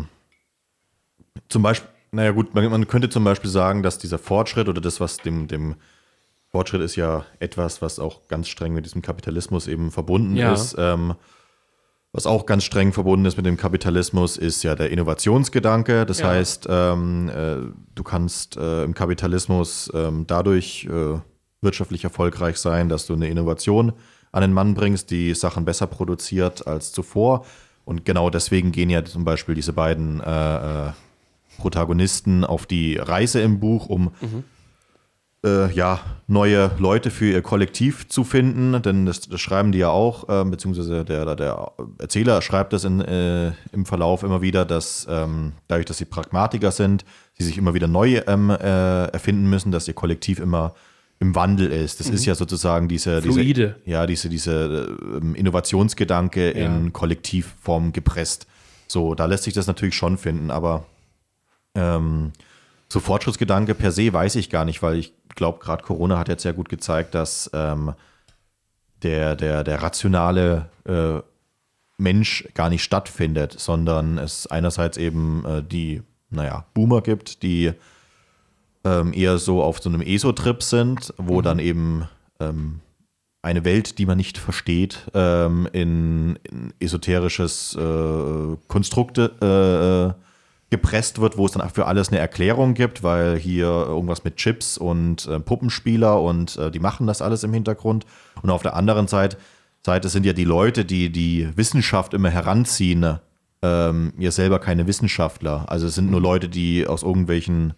Speaker 2: zum Beispiel, naja gut, man könnte zum Beispiel sagen, dass dieser Fortschritt oder das, was dem Fortschritt ist ja etwas, was auch ganz streng mit diesem Kapitalismus eben verbunden ist. Was auch ganz streng verbunden ist mit dem Kapitalismus, ist ja der Innovationsgedanke. Das heißt, du kannst im Kapitalismus dadurch wirtschaftlich erfolgreich sein, dass du eine Innovation an den Mann bringst, die Sachen besser produziert als zuvor. Und genau deswegen gehen ja zum Beispiel diese beiden Protagonisten auf die Reise im Buch, um neue Leute für ihr Kollektiv zu finden, denn das schreiben die ja auch, beziehungsweise der Erzähler schreibt das im Verlauf immer wieder, dass dadurch, dass sie Pragmatiker sind, die sich immer wieder neu erfinden müssen, dass ihr Kollektiv immer im Wandel ist. Das ist ja sozusagen diese Innovationsgedanke in Kollektivform gepresst. So, da lässt sich das natürlich schon finden, aber so Fortschrittsgedanke per se weiß ich gar nicht, weil ich glaube, gerade Corona hat jetzt sehr gut gezeigt, dass der rationale Mensch gar nicht stattfindet, sondern es einerseits eben die Boomer gibt, die eher so auf so einem ESO-Trip sind, wo dann eben eine Welt, die man nicht versteht, in esoterisches Konstrukte gepresst wird, wo es dann für alles eine Erklärung gibt, weil hier irgendwas mit Chips und Puppenspieler und die machen das alles im Hintergrund. Und auf der anderen Seite sind ja die Leute, die die Wissenschaft immer heranziehen, ja selber keine Wissenschaftler. Also es sind nur Leute, die aus irgendwelchen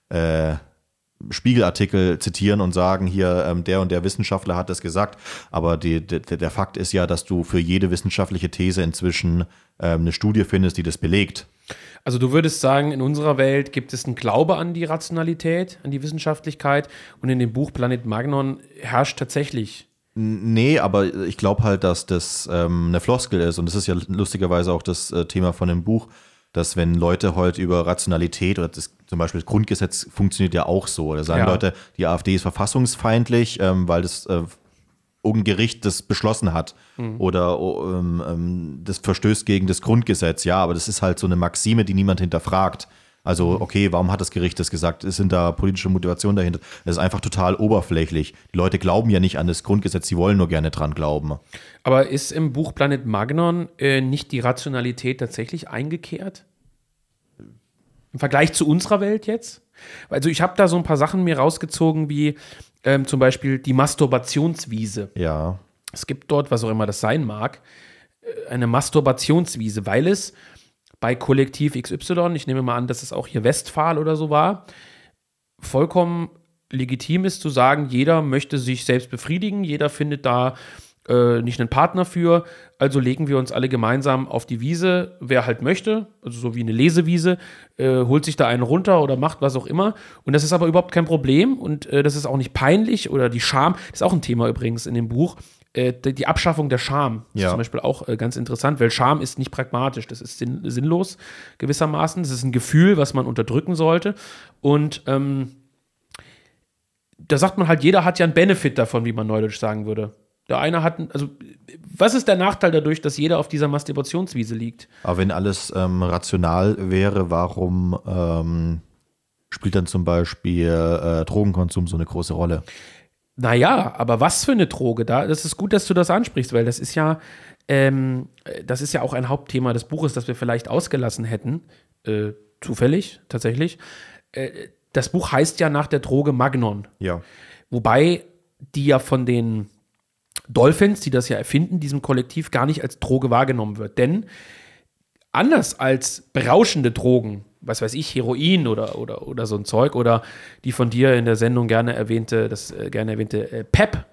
Speaker 2: Spiegelartikel zitieren und sagen, hier der und der Wissenschaftler hat das gesagt. Aber der Fakt ist ja, dass du für jede wissenschaftliche These inzwischen eine Studie findest, die das belegt.
Speaker 1: Also du würdest sagen, in unserer Welt gibt es einen Glaube an die Rationalität, an die Wissenschaftlichkeit und in dem Buch Planet Magnon herrscht tatsächlich.
Speaker 2: Nee, aber ich glaube halt, dass das eine Floskel ist und das ist ja lustigerweise auch das Thema von dem Buch, dass wenn Leute heute über Rationalität oder zum Beispiel das Grundgesetz funktioniert ja auch so, da sagen Leute, die AfD ist verfassungsfeindlich, weil das irgendein Gericht das beschlossen hat oder das verstößt gegen das Grundgesetz. Ja, aber das ist halt so eine Maxime, die niemand hinterfragt. Also, okay, warum hat das Gericht das gesagt? Sind da politische Motivationen dahinter? Das ist einfach total oberflächlich. Die Leute glauben ja nicht an das Grundgesetz, sie wollen nur gerne dran glauben.
Speaker 1: Aber ist im Buch Planet Magnon nicht die Rationalität tatsächlich eingekehrt? Im Vergleich zu unserer Welt jetzt? Also ich habe da so ein paar Sachen mir rausgezogen, wie zum Beispiel die Masturbationswiese.
Speaker 2: Ja.
Speaker 1: Es gibt dort, was auch immer das sein mag, eine Masturbationswiese, weil es bei Kollektiv XY, ich nehme mal an, dass es auch hier Westphal oder so war, vollkommen legitim ist zu sagen, jeder möchte sich selbst befriedigen, jeder findet da nicht einen Partner für, also legen wir uns alle gemeinsam auf die Wiese, wer halt möchte, also so wie eine Lesewiese, holt sich da einen runter oder macht was auch immer und das ist aber überhaupt kein Problem und das ist auch nicht peinlich oder die Scham, das ist auch ein Thema übrigens in dem Buch, die Abschaffung der Scham ist zum Beispiel auch ganz interessant, weil Scham ist nicht pragmatisch, das ist sinnlos gewissermaßen, das ist ein Gefühl, was man unterdrücken sollte und da sagt man halt, jeder hat ja einen Benefit davon, wie man neudeutsch sagen würde. Der eine hat, also was ist der Nachteil dadurch, dass jeder auf dieser Masturbationswiese liegt?
Speaker 2: Aber wenn alles rational wäre, warum spielt dann zum Beispiel Drogenkonsum so eine große Rolle?
Speaker 1: Naja, aber was für eine Droge da? Das ist gut, dass du das ansprichst, weil das ist ja auch ein Hauptthema des Buches, das wir vielleicht ausgelassen hätten. Zufällig, tatsächlich. Das Buch heißt ja nach der Droge Magnon.
Speaker 2: Ja.
Speaker 1: Wobei die ja von den Dolphins, die das ja erfinden, diesem Kollektiv gar nicht als Droge wahrgenommen wird. Denn anders als berauschende Drogen, was weiß ich, Heroin oder so ein Zeug oder die von dir in der Sendung gerne erwähnte PEP.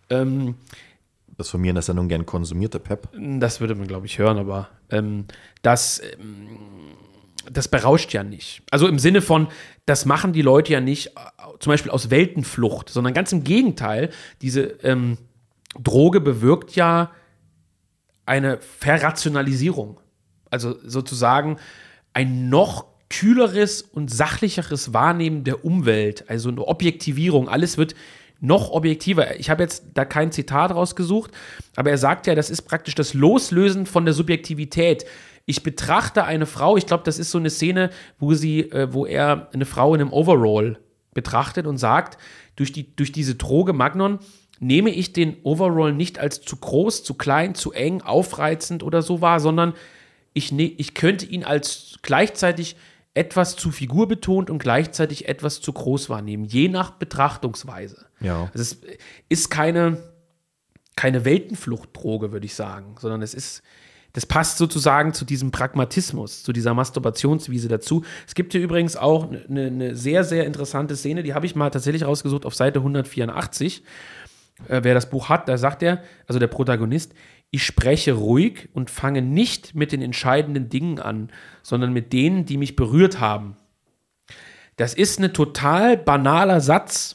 Speaker 2: Das von mir in der Sendung gern konsumierte PEP.
Speaker 1: Das würde man, glaube ich, hören, aber das berauscht ja nicht. Also im Sinne von, das machen die Leute ja nicht zum Beispiel aus Weltenflucht, sondern ganz im Gegenteil, diese Droge bewirkt ja eine Verrationalisierung. Also sozusagen ein noch kühleres und sachlicheres Wahrnehmen der Umwelt, also eine Objektivierung. Alles wird noch objektiver. Ich habe jetzt da kein Zitat rausgesucht, aber er sagt ja, das ist praktisch das Loslösen von der Subjektivität. Ich betrachte eine Frau, ich glaube, das ist so eine Szene, wo er eine Frau in einem Overall betrachtet und sagt, durch diese Droge Magnon nehme ich den Overall nicht als zu groß, zu klein, zu eng, aufreizend oder so wahr, sondern ich könnte ihn als gleichzeitig etwas zu figurbetont und gleichzeitig etwas zu groß wahrnehmen, je nach Betrachtungsweise.
Speaker 2: Ja.
Speaker 1: Also es ist keine Weltenfluchtdroge, würde ich sagen, sondern das passt sozusagen zu diesem Pragmatismus, zu dieser Masturbationswiese dazu. Es gibt hier übrigens auch eine sehr, sehr interessante Szene, die habe ich mal tatsächlich rausgesucht auf Seite 184. Wer das Buch hat, da sagt er, also der Protagonist, ich spreche ruhig und fange nicht mit den entscheidenden Dingen an, sondern mit denen, die mich berührt haben. Das ist ein total banaler Satz,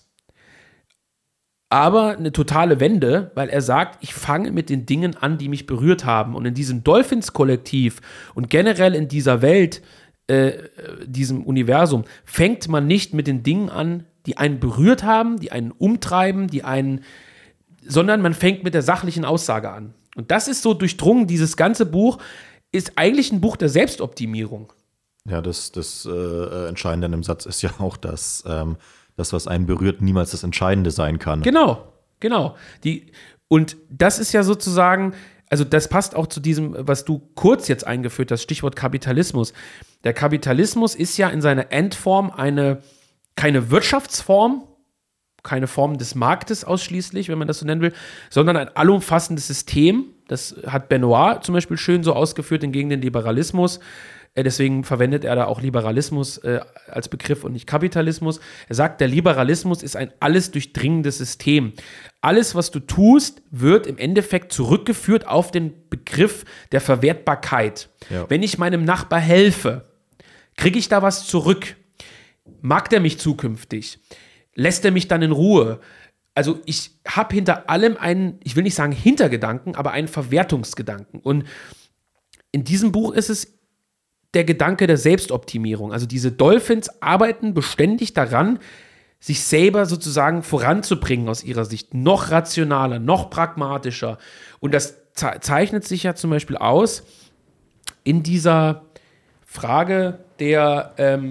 Speaker 1: aber eine totale Wende, weil er sagt, ich fange mit den Dingen an, die mich berührt haben. Und in diesem Dolphins-Kollektiv und generell in dieser Welt, diesem Universum, fängt man nicht mit den Dingen an, die einen berührt haben, die einen umtreiben, sondern man fängt mit der sachlichen Aussage an. Und das ist so durchdrungen, dieses ganze Buch ist eigentlich ein Buch der Selbstoptimierung.
Speaker 2: Ja, das Entscheidende an dem Satz ist ja auch, dass das, was einen berührt, niemals das Entscheidende sein kann.
Speaker 1: Genau. Und das ist ja sozusagen, also das passt auch zu diesem, was du kurz jetzt eingeführt hast, Stichwort Kapitalismus. Der Kapitalismus ist ja in seiner Endform keine Wirtschaftsform, keine Form des Marktes ausschließlich, wenn man das so nennen will, sondern ein allumfassendes System. Das hat Benoit zum Beispiel schön so ausgeführt gegen den Liberalismus. Deswegen verwendet er da auch Liberalismus als Begriff und nicht Kapitalismus. Er sagt, der Liberalismus ist ein alles durchdringendes System. Alles, was du tust, wird im Endeffekt zurückgeführt auf den Begriff der Verwertbarkeit. Ja. Wenn ich meinem Nachbar helfe, kriege ich da was zurück? Mag der mich zukünftig? Lässt er mich dann in Ruhe? Also ich habe hinter allem einen, ich will nicht sagen Hintergedanken, aber einen Verwertungsgedanken. Und in diesem Buch ist es der Gedanke der Selbstoptimierung. Also diese Dolphins arbeiten beständig daran, sich selber sozusagen voranzubringen aus ihrer Sicht. Noch rationaler, noch pragmatischer. Und das zeichnet sich ja zum Beispiel aus in dieser Frage der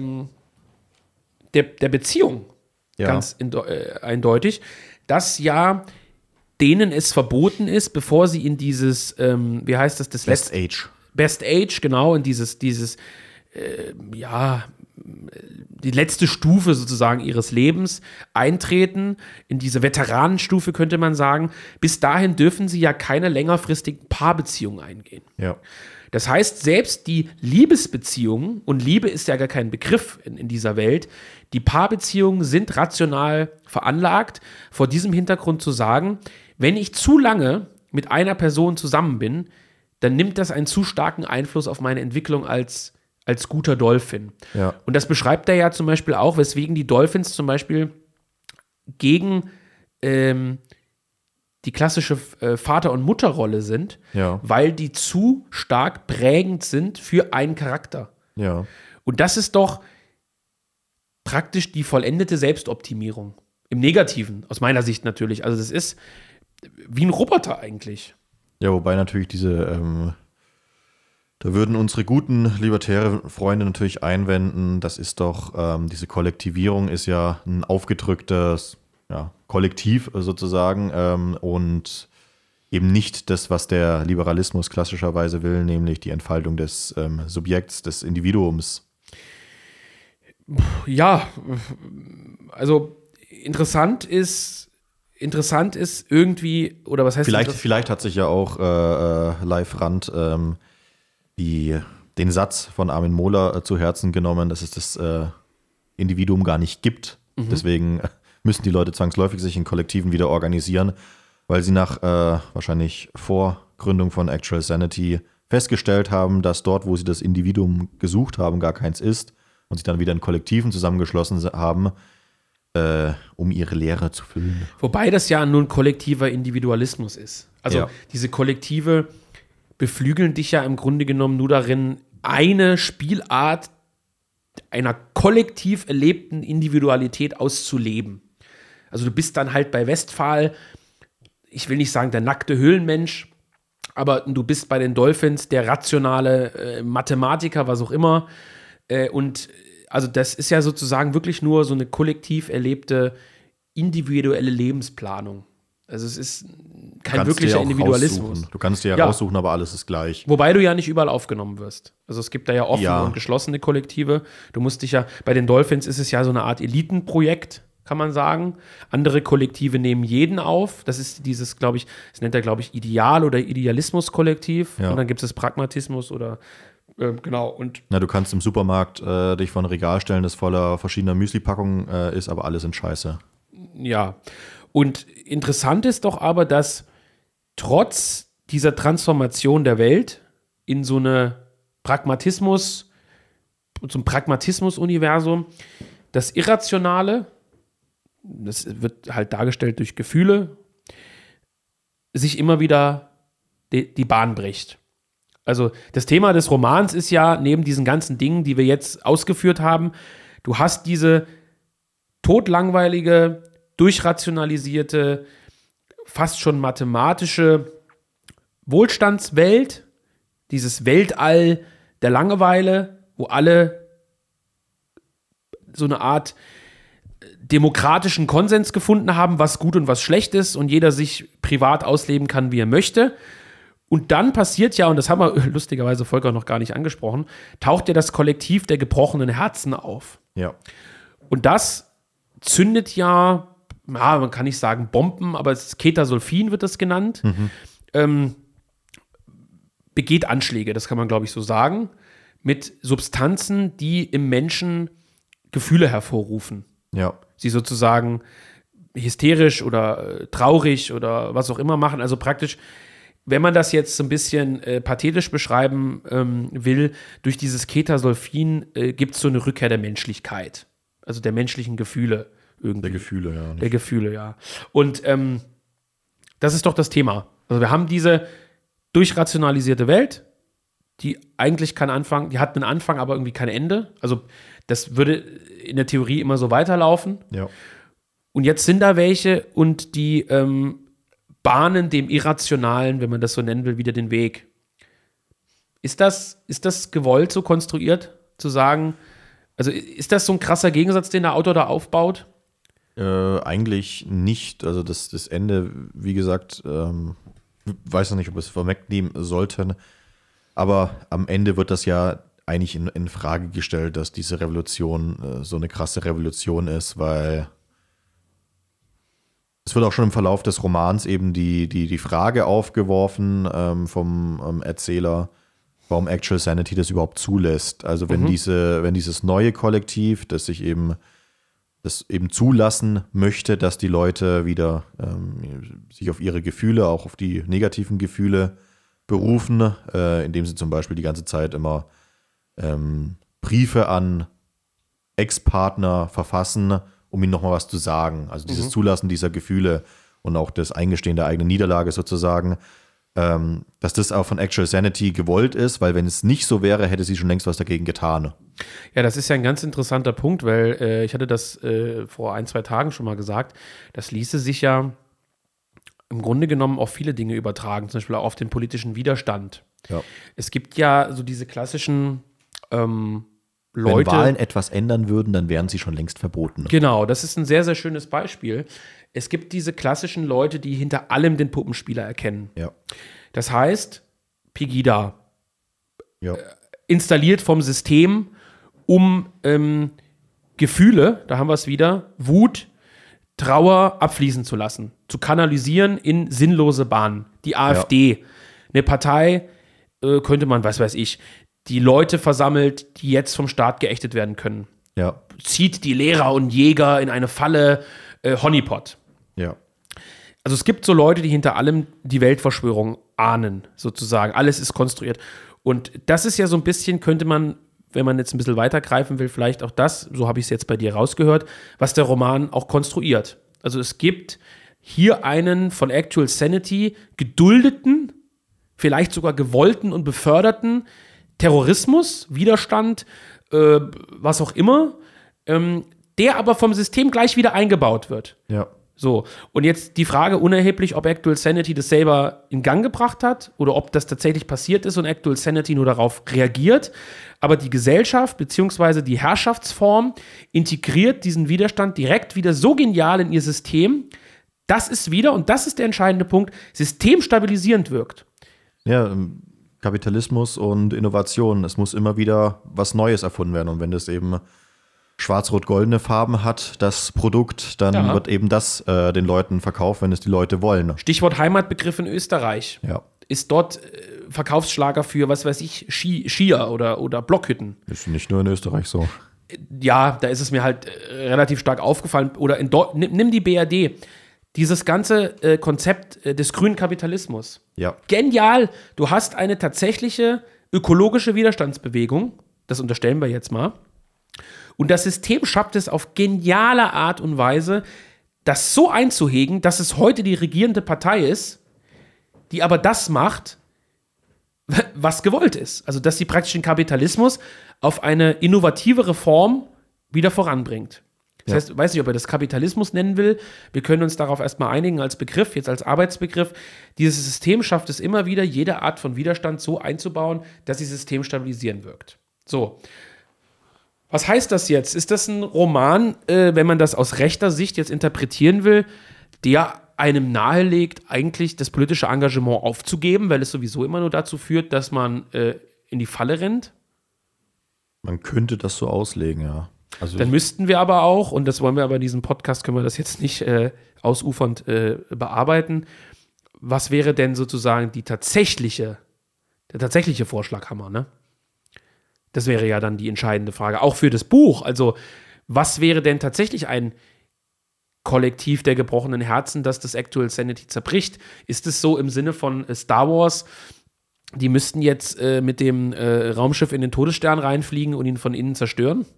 Speaker 1: Beziehung. Ja. Ganz eindeutig. Dass ja denen es verboten ist, bevor sie in dieses, wie heißt das,
Speaker 2: Best Age.
Speaker 1: Best Age, genau, in die letzte Stufe sozusagen ihres Lebens eintreten, in diese Veteranenstufe könnte man sagen. Bis dahin dürfen sie ja keine längerfristigen Paarbeziehungen eingehen.
Speaker 2: Ja.
Speaker 1: Das heißt, selbst die Liebesbeziehungen, und Liebe ist ja gar kein Begriff in dieser Welt, die Paarbeziehungen sind rational veranlagt, vor diesem Hintergrund zu sagen, wenn ich zu lange mit einer Person zusammen bin, dann nimmt das einen zu starken Einfluss auf meine Entwicklung als guter Dolphin.
Speaker 2: Ja.
Speaker 1: Und das beschreibt er ja zum Beispiel auch, weswegen die Dolphins zum Beispiel gegen die klassische Vater- und Mutterrolle sind,
Speaker 2: ja,
Speaker 1: weil die zu stark prägend sind für einen Charakter.
Speaker 2: Ja.
Speaker 1: Und das ist doch praktisch die vollendete Selbstoptimierung. Im Negativen, aus meiner Sicht natürlich. Also das ist wie ein Roboter eigentlich.
Speaker 2: Ja, wobei natürlich da würden unsere guten libertäre Freunde natürlich einwenden, das ist doch, diese Kollektivierung ist ja ein aufgedrücktes Kollektiv sozusagen und eben nicht das, was der Liberalismus klassischerweise will, nämlich die Entfaltung des Subjekts, des Individuums.
Speaker 1: Ja, also interessant ist irgendwie, oder was heißt
Speaker 2: Vielleicht hat sich ja auch Leif Rand den Satz von Armin Mohler zu Herzen genommen, dass es das Individuum gar nicht gibt. Mhm. Deswegen müssen die Leute zwangsläufig sich in Kollektiven wieder organisieren, weil sie nach wahrscheinlich vor Gründung von Actual Sanity festgestellt haben, dass dort, wo sie das Individuum gesucht haben, gar keins ist und sich dann wieder in Kollektiven zusammengeschlossen haben, um ihre Leere zu füllen.
Speaker 1: Wobei das ja nur ein kollektiver Individualismus ist. Also diese Kollektive beflügeln dich ja im Grunde genommen nur darin, eine Spielart einer kollektiv erlebten Individualität auszuleben. Also du bist dann halt bei Westphal, ich will nicht sagen der nackte Höhlenmensch, aber du bist bei den Dolphins der rationale Mathematiker, was auch immer. Und also das ist ja sozusagen wirklich nur so eine kollektiv erlebte individuelle Lebensplanung. Also es ist kein wirklicher Individualismus.
Speaker 2: Du kannst dir ja raussuchen, aber alles ist gleich.
Speaker 1: Wobei du ja nicht überall aufgenommen wirst. Also es gibt da ja offene und geschlossene Kollektive. Du musst dich ja, bei den Dolphins ist es ja so eine Art Elitenprojekt, kann man sagen. Andere Kollektive nehmen jeden auf. Das ist dieses, glaube ich, das nennt er, glaube ich, Ideal- oder Idealismus-Kollektiv. Ja. Und dann gibt es Pragmatismus oder genau. Und
Speaker 2: du kannst im Supermarkt dich vor ein Regal stellen, das voller verschiedener Müsli-Packungen ist, aber alles in Scheiße.
Speaker 1: Ja. Und interessant ist doch aber, dass trotz dieser Transformation der Welt in so eine zum Pragmatismus-Universum, das Irrationale, das wird halt dargestellt durch Gefühle, sich immer wieder die Bahn bricht. Also das Thema des Romans ist ja, neben diesen ganzen Dingen, die wir jetzt ausgeführt haben, du hast diese todlangweilige, durchrationalisierte, fast schon mathematische Wohlstandswelt, dieses Weltall der Langeweile, wo alle so eine Art demokratischen Konsens gefunden haben, was gut und was schlecht ist und jeder sich privat ausleben kann, wie er möchte. Und dann passiert ja, und das haben wir lustigerweise Volker noch gar nicht angesprochen, taucht ja das Kollektiv der gebrochenen Herzen auf.
Speaker 2: Ja.
Speaker 1: Und das zündet ja, man kann nicht sagen Bomben, aber Ketasulfin wird das genannt, begeht Anschläge, das kann man, glaube ich, so sagen, mit Substanzen, die im Menschen Gefühle hervorrufen.
Speaker 2: Ja.
Speaker 1: Sie sozusagen hysterisch oder traurig oder was auch immer machen. Also praktisch, wenn man das jetzt so ein bisschen pathetisch beschreiben will, durch dieses Ketasulfin gibt es so eine Rückkehr der Menschlichkeit. Also der menschlichen Gefühle irgendwie.
Speaker 2: Der Gefühle, ja.
Speaker 1: Der Gefühle, ja. Und das ist doch das Thema. Also wir haben diese durchrationalisierte Welt, die eigentlich keinen Anfang, die hat einen Anfang, aber irgendwie kein Ende. Also das würde in der Theorie immer so weiterlaufen.
Speaker 2: Ja.
Speaker 1: Und jetzt sind da welche und die bahnen dem Irrationalen, wenn man das so nennen will, wieder den Weg. Ist das gewollt so konstruiert, zu sagen, also ist das so ein krasser Gegensatz, den der Autor da aufbaut?
Speaker 2: Eigentlich nicht. Also das Ende, wie gesagt, weiß noch nicht, ob wir es vorwegnehmen sollten, aber am Ende wird das ja eigentlich in Frage gestellt, dass diese Revolution so eine krasse Revolution ist, weil es wird auch schon im Verlauf des Romans eben die Frage aufgeworfen vom Erzähler, warum Actual Sanity das überhaupt zulässt. Also wenn dieses neue Kollektiv, das eben zulassen möchte, dass die Leute wieder sich auf ihre Gefühle, auch auf die negativen Gefühle berufen, indem sie zum Beispiel die ganze Zeit immer Briefe an Ex-Partner verfassen, um ihnen nochmal was zu sagen. Also dieses Zulassen dieser Gefühle und auch das Eingestehen der eigenen Niederlage sozusagen, dass das auch von Actual Sanity gewollt ist, weil wenn es nicht so wäre, hätte sie schon längst was dagegen getan.
Speaker 1: Ja, das ist ja ein ganz interessanter Punkt, weil ich hatte das vor 1-2 Tagen schon mal gesagt, das ließe sich ja im Grunde genommen auf viele Dinge übertragen, zum Beispiel auch auf den politischen Widerstand.
Speaker 2: Ja.
Speaker 1: Es gibt ja so diese klassischen Leute.
Speaker 2: Wenn Wahlen etwas ändern würden, dann wären sie schon längst verboten.
Speaker 1: Genau, das ist ein sehr, sehr schönes Beispiel. Es gibt diese klassischen Leute, die hinter allem den Puppenspieler erkennen.
Speaker 2: Ja.
Speaker 1: Das heißt, Pegida
Speaker 2: Ja.
Speaker 1: installiert vom System, um Gefühle, da haben wir es wieder, Wut, Trauer abfließen zu lassen, zu kanalisieren in sinnlose Bahnen. Die AfD, eine Partei, könnte man, was weiß ich, die Leute versammelt, die jetzt vom Staat geächtet werden können.
Speaker 2: Ja.
Speaker 1: Zieht die Lehrer und Jäger in eine Falle, Honeypot.
Speaker 2: Ja.
Speaker 1: Also es gibt so Leute, die hinter allem die Weltverschwörung ahnen, sozusagen. Alles ist konstruiert. Und das ist ja so ein bisschen, könnte man, wenn man jetzt ein bisschen weitergreifen will, vielleicht auch das, so habe ich es jetzt bei dir rausgehört, was der Roman auch konstruiert. Also es gibt hier einen von Actual Sanity geduldeten, vielleicht sogar gewollten und beförderten Terrorismus, Widerstand, was auch immer, der aber vom System gleich wieder eingebaut wird.
Speaker 2: Ja.
Speaker 1: So, und jetzt die Frage unerheblich, ob Actual Sanity das selber in Gang gebracht hat oder ob das tatsächlich passiert ist und Actual Sanity nur darauf reagiert. Aber die Gesellschaft bzw. die Herrschaftsform integriert diesen Widerstand direkt wieder so genial in ihr System, dass es wieder, und das ist der entscheidende Punkt, systemstabilisierend wirkt.
Speaker 2: Ja, Kapitalismus und Innovation. Es muss immer wieder was Neues erfunden werden. Und wenn das eben schwarz-rot-goldene Farben hat, das Produkt, dann wird eben das den Leuten verkauft, wenn es die Leute wollen.
Speaker 1: Stichwort Heimatbegriff in Österreich.
Speaker 2: Ja.
Speaker 1: Ist dort Verkaufsschlager für, was weiß ich, Skier oder Blockhütten.
Speaker 2: Ist nicht nur in Österreich so.
Speaker 1: Ja, da ist es mir halt relativ stark aufgefallen. Oder nimm die BRD. Dieses ganze Konzept des grünen Kapitalismus.
Speaker 2: Ja.
Speaker 1: Genial. Du hast eine tatsächliche ökologische Widerstandsbewegung. Das unterstellen wir jetzt mal. Und das System schafft es auf geniale Art und Weise, das so einzuhegen, dass es heute die regierende Partei ist, die aber das macht, was gewollt ist. Also, dass sie praktisch den Kapitalismus auf eine innovativere Form wieder voranbringt. Das heißt, ich weiß nicht, ob er das Kapitalismus nennen will. Wir können uns darauf erstmal einigen als Begriff, jetzt als Arbeitsbegriff. Dieses System schafft es immer wieder, jede Art von Widerstand so einzubauen, dass das System stabilisieren wirkt. So. Was heißt das jetzt? Ist das ein Roman, wenn man das aus rechter Sicht jetzt interpretieren will, der einem nahelegt, eigentlich das politische Engagement aufzugeben, weil es sowieso immer nur dazu führt, dass man in die Falle rennt?
Speaker 2: Man könnte das so auslegen, ja. Also
Speaker 1: Dann müssten wir aber auch, und das wollen wir aber in diesem Podcast, können wir das jetzt nicht ausufernd bearbeiten, was wäre denn sozusagen der tatsächliche Vorschlaghammer, ne? Das wäre ja dann die entscheidende Frage, auch für das Buch. Also, was wäre denn tatsächlich ein Kollektiv der gebrochenen Herzen, das das Actual Sanity zerbricht? Ist es so im Sinne von Star Wars, die müssten jetzt mit dem Raumschiff in den Todesstern reinfliegen und ihn von innen zerstören?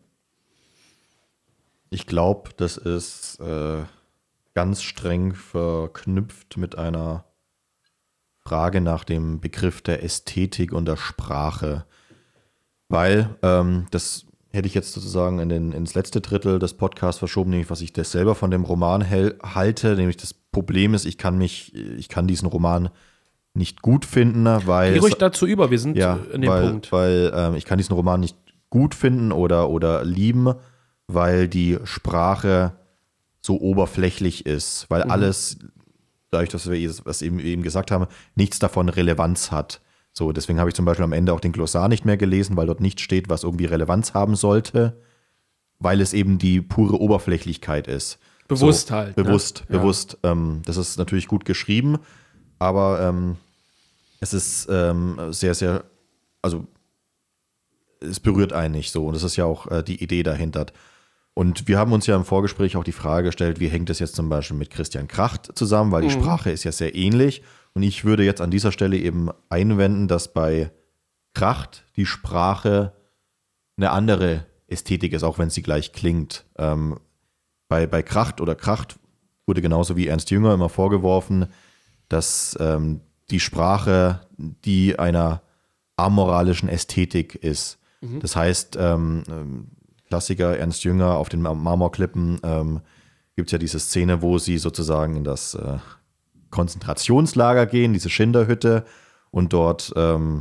Speaker 2: ich glaube, das ist ganz streng verknüpft mit einer Frage nach dem Begriff der Ästhetik und der Sprache. Weil, das hätte ich jetzt sozusagen ins letzte Drittel des Podcasts verschoben, nämlich was ich das selber von dem Roman halte, nämlich das Problem ist, ich kann diesen Roman nicht gut finden, weil...
Speaker 1: Geh ruhig dazu über, wir sind an dem Punkt.
Speaker 2: Weil ich kann diesen Roman nicht gut finden oder lieben, weil die Sprache so oberflächlich ist, weil alles, dadurch, dass wir was eben gesagt haben, nichts davon Relevanz hat. So, deswegen habe ich zum Beispiel am Ende auch den Glossar nicht mehr gelesen, weil dort nicht steht, was irgendwie Relevanz haben sollte, weil es eben die pure Oberflächlichkeit ist.
Speaker 1: Bewusst
Speaker 2: so,
Speaker 1: halt.
Speaker 2: Bewusst.
Speaker 1: Ja.
Speaker 2: Das ist natürlich gut geschrieben, aber es ist sehr, sehr, also es berührt einen nicht so. Und das ist ja auch die Idee dahinter. Und wir haben uns ja im Vorgespräch auch die Frage gestellt, wie hängt das jetzt zum Beispiel mit Christian Kracht zusammen, weil die Sprache ist ja sehr ähnlich. Und ich würde jetzt an dieser Stelle eben einwenden, dass bei Kracht die Sprache eine andere Ästhetik ist, auch wenn sie gleich klingt. Bei Kracht wurde genauso wie Ernst Jünger immer vorgeworfen, dass die Sprache die einer amoralischen Ästhetik ist. Das heißt, Klassiker Ernst Jünger auf den Marmorklippen gibt es ja diese Szene, wo sie sozusagen in das Konzentrationslager gehen, diese Schinderhütte und dort,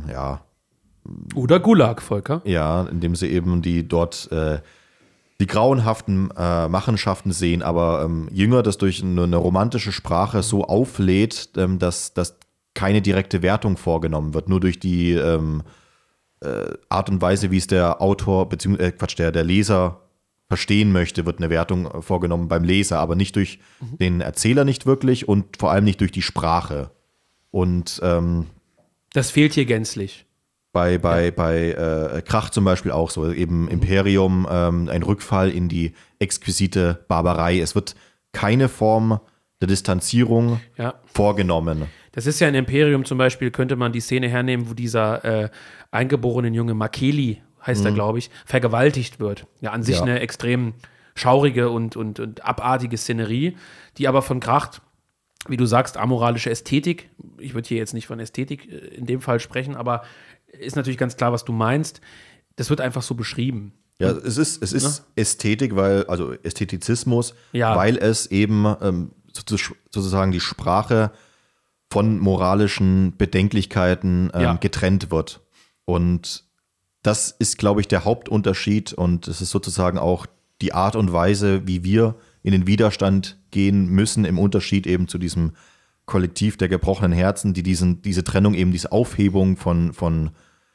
Speaker 1: Oder Gulag, Volker.
Speaker 2: Ja, indem sie eben dort die grauenhaften Machenschaften sehen, aber Jünger das durch eine romantische Sprache so auflädt, dass keine direkte Wertung vorgenommen wird, nur durch die Art und Weise, wie es der Autor, beziehungsweise der Leser verstehen möchte, wird eine Wertung vorgenommen beim Leser, aber nicht durch den Erzähler nicht wirklich und vor allem nicht durch die Sprache. Und
Speaker 1: das fehlt hier gänzlich.
Speaker 2: Bei Krach zum Beispiel auch so, eben Imperium, ein Rückfall in die exquisite Barbarei. Es wird keine Form der Distanzierung vorgenommen.
Speaker 1: Das ist ja in Imperium zum Beispiel, könnte man die Szene hernehmen, wo dieser eingeborene Junge Makeli, heißt er, glaube ich, vergewaltigt wird. Ja, an sich eine extrem schaurige und abartige Szenerie, die aber von Kracht, wie du sagst, amoralische Ästhetik, ich würde hier jetzt nicht von Ästhetik in dem Fall sprechen, aber ist natürlich ganz klar, was du meinst. Das wird einfach so beschrieben.
Speaker 2: Ja, es ist Ästhetik, also Ästhetizismus, weil es eben sozusagen die Sprache von moralischen Bedenklichkeiten getrennt wird. Und das ist, glaube ich, der Hauptunterschied und es ist sozusagen auch die Art und Weise, wie wir in den Widerstand gehen müssen, im Unterschied eben zu diesem Kollektiv der gebrochenen Herzen, die diese Trennung eben, diese Aufhebung von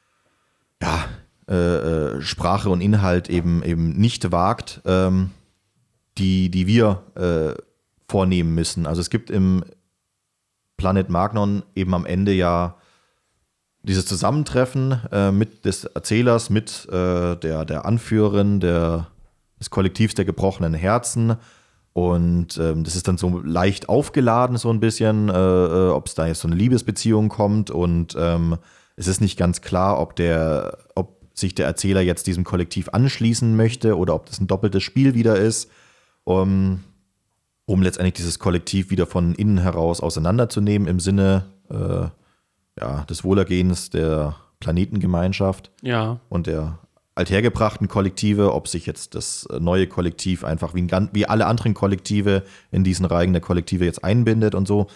Speaker 2: Sprache und Inhalt eben nicht wagt, die wir vornehmen müssen. Also es gibt im Planet Magnon eben am Ende ja dieses Zusammentreffen mit des Erzählers, mit der Anführerin des Kollektivs der gebrochenen Herzen. Und das ist dann so leicht aufgeladen, so ein bisschen, ob es da jetzt so eine Liebesbeziehung kommt. Und es ist nicht ganz klar, ob sich der Erzähler jetzt diesem Kollektiv anschließen möchte oder ob das ein doppeltes Spiel wieder ist, um letztendlich dieses Kollektiv wieder von innen heraus auseinanderzunehmen im Sinne des Wohlergehens der Planetengemeinschaft und der althergebrachten Kollektive, ob sich jetzt das neue Kollektiv einfach wie alle anderen Kollektive in diesen Reigen der Kollektive jetzt einbindet und so,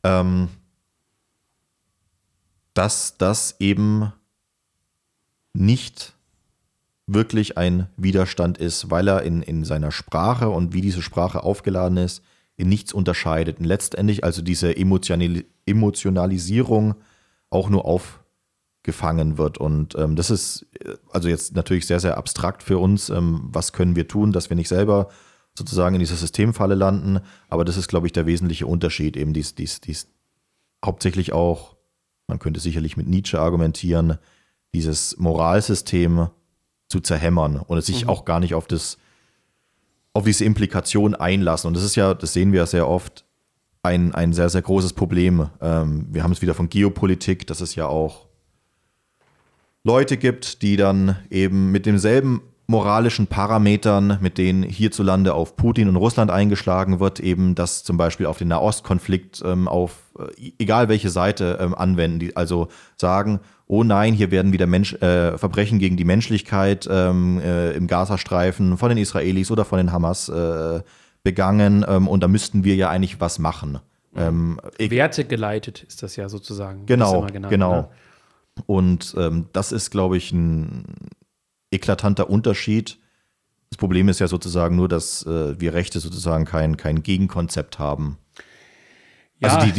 Speaker 2: dass das eben nicht wirklich ein Widerstand ist, weil er in seiner Sprache und wie diese Sprache aufgeladen ist, in nichts unterscheidet. Und letztendlich also diese Emotionalisierung auch nur aufgefangen wird. Und das ist also jetzt natürlich sehr, sehr abstrakt für uns. Was können wir tun, dass wir nicht selber sozusagen in dieser Systemfalle landen? Aber das ist, glaube ich, der wesentliche Unterschied. Eben dies hauptsächlich auch, man könnte sicherlich mit Nietzsche argumentieren, dieses Moralsystem zu zerhämmern und es sich auch gar nicht auf diese Implikation einlassen. Und das ist ja, das sehen wir ja sehr oft, ein sehr, sehr großes Problem. Wir haben es wieder von Geopolitik, dass es ja auch Leute gibt, die dann eben mit demselben moralischen Parametern, mit denen hierzulande auf Putin und Russland eingeschlagen wird, eben das zum Beispiel auf den Nahostkonflikt auf egal welche Seite anwenden, die also sagen, oh nein, hier werden wieder Verbrechen gegen die Menschlichkeit im Gazastreifen von den Israelis oder von den Hamas begangen und da müssten wir ja eigentlich was machen.
Speaker 1: Werte geleitet ist das ja sozusagen.
Speaker 2: Genau,
Speaker 1: genannt,
Speaker 2: genau.
Speaker 1: Ne?
Speaker 2: Und das ist, glaube ich, ein eklatanter Unterschied. Das Problem ist ja sozusagen nur, dass wir Rechte sozusagen kein Gegenkonzept haben. Ja, also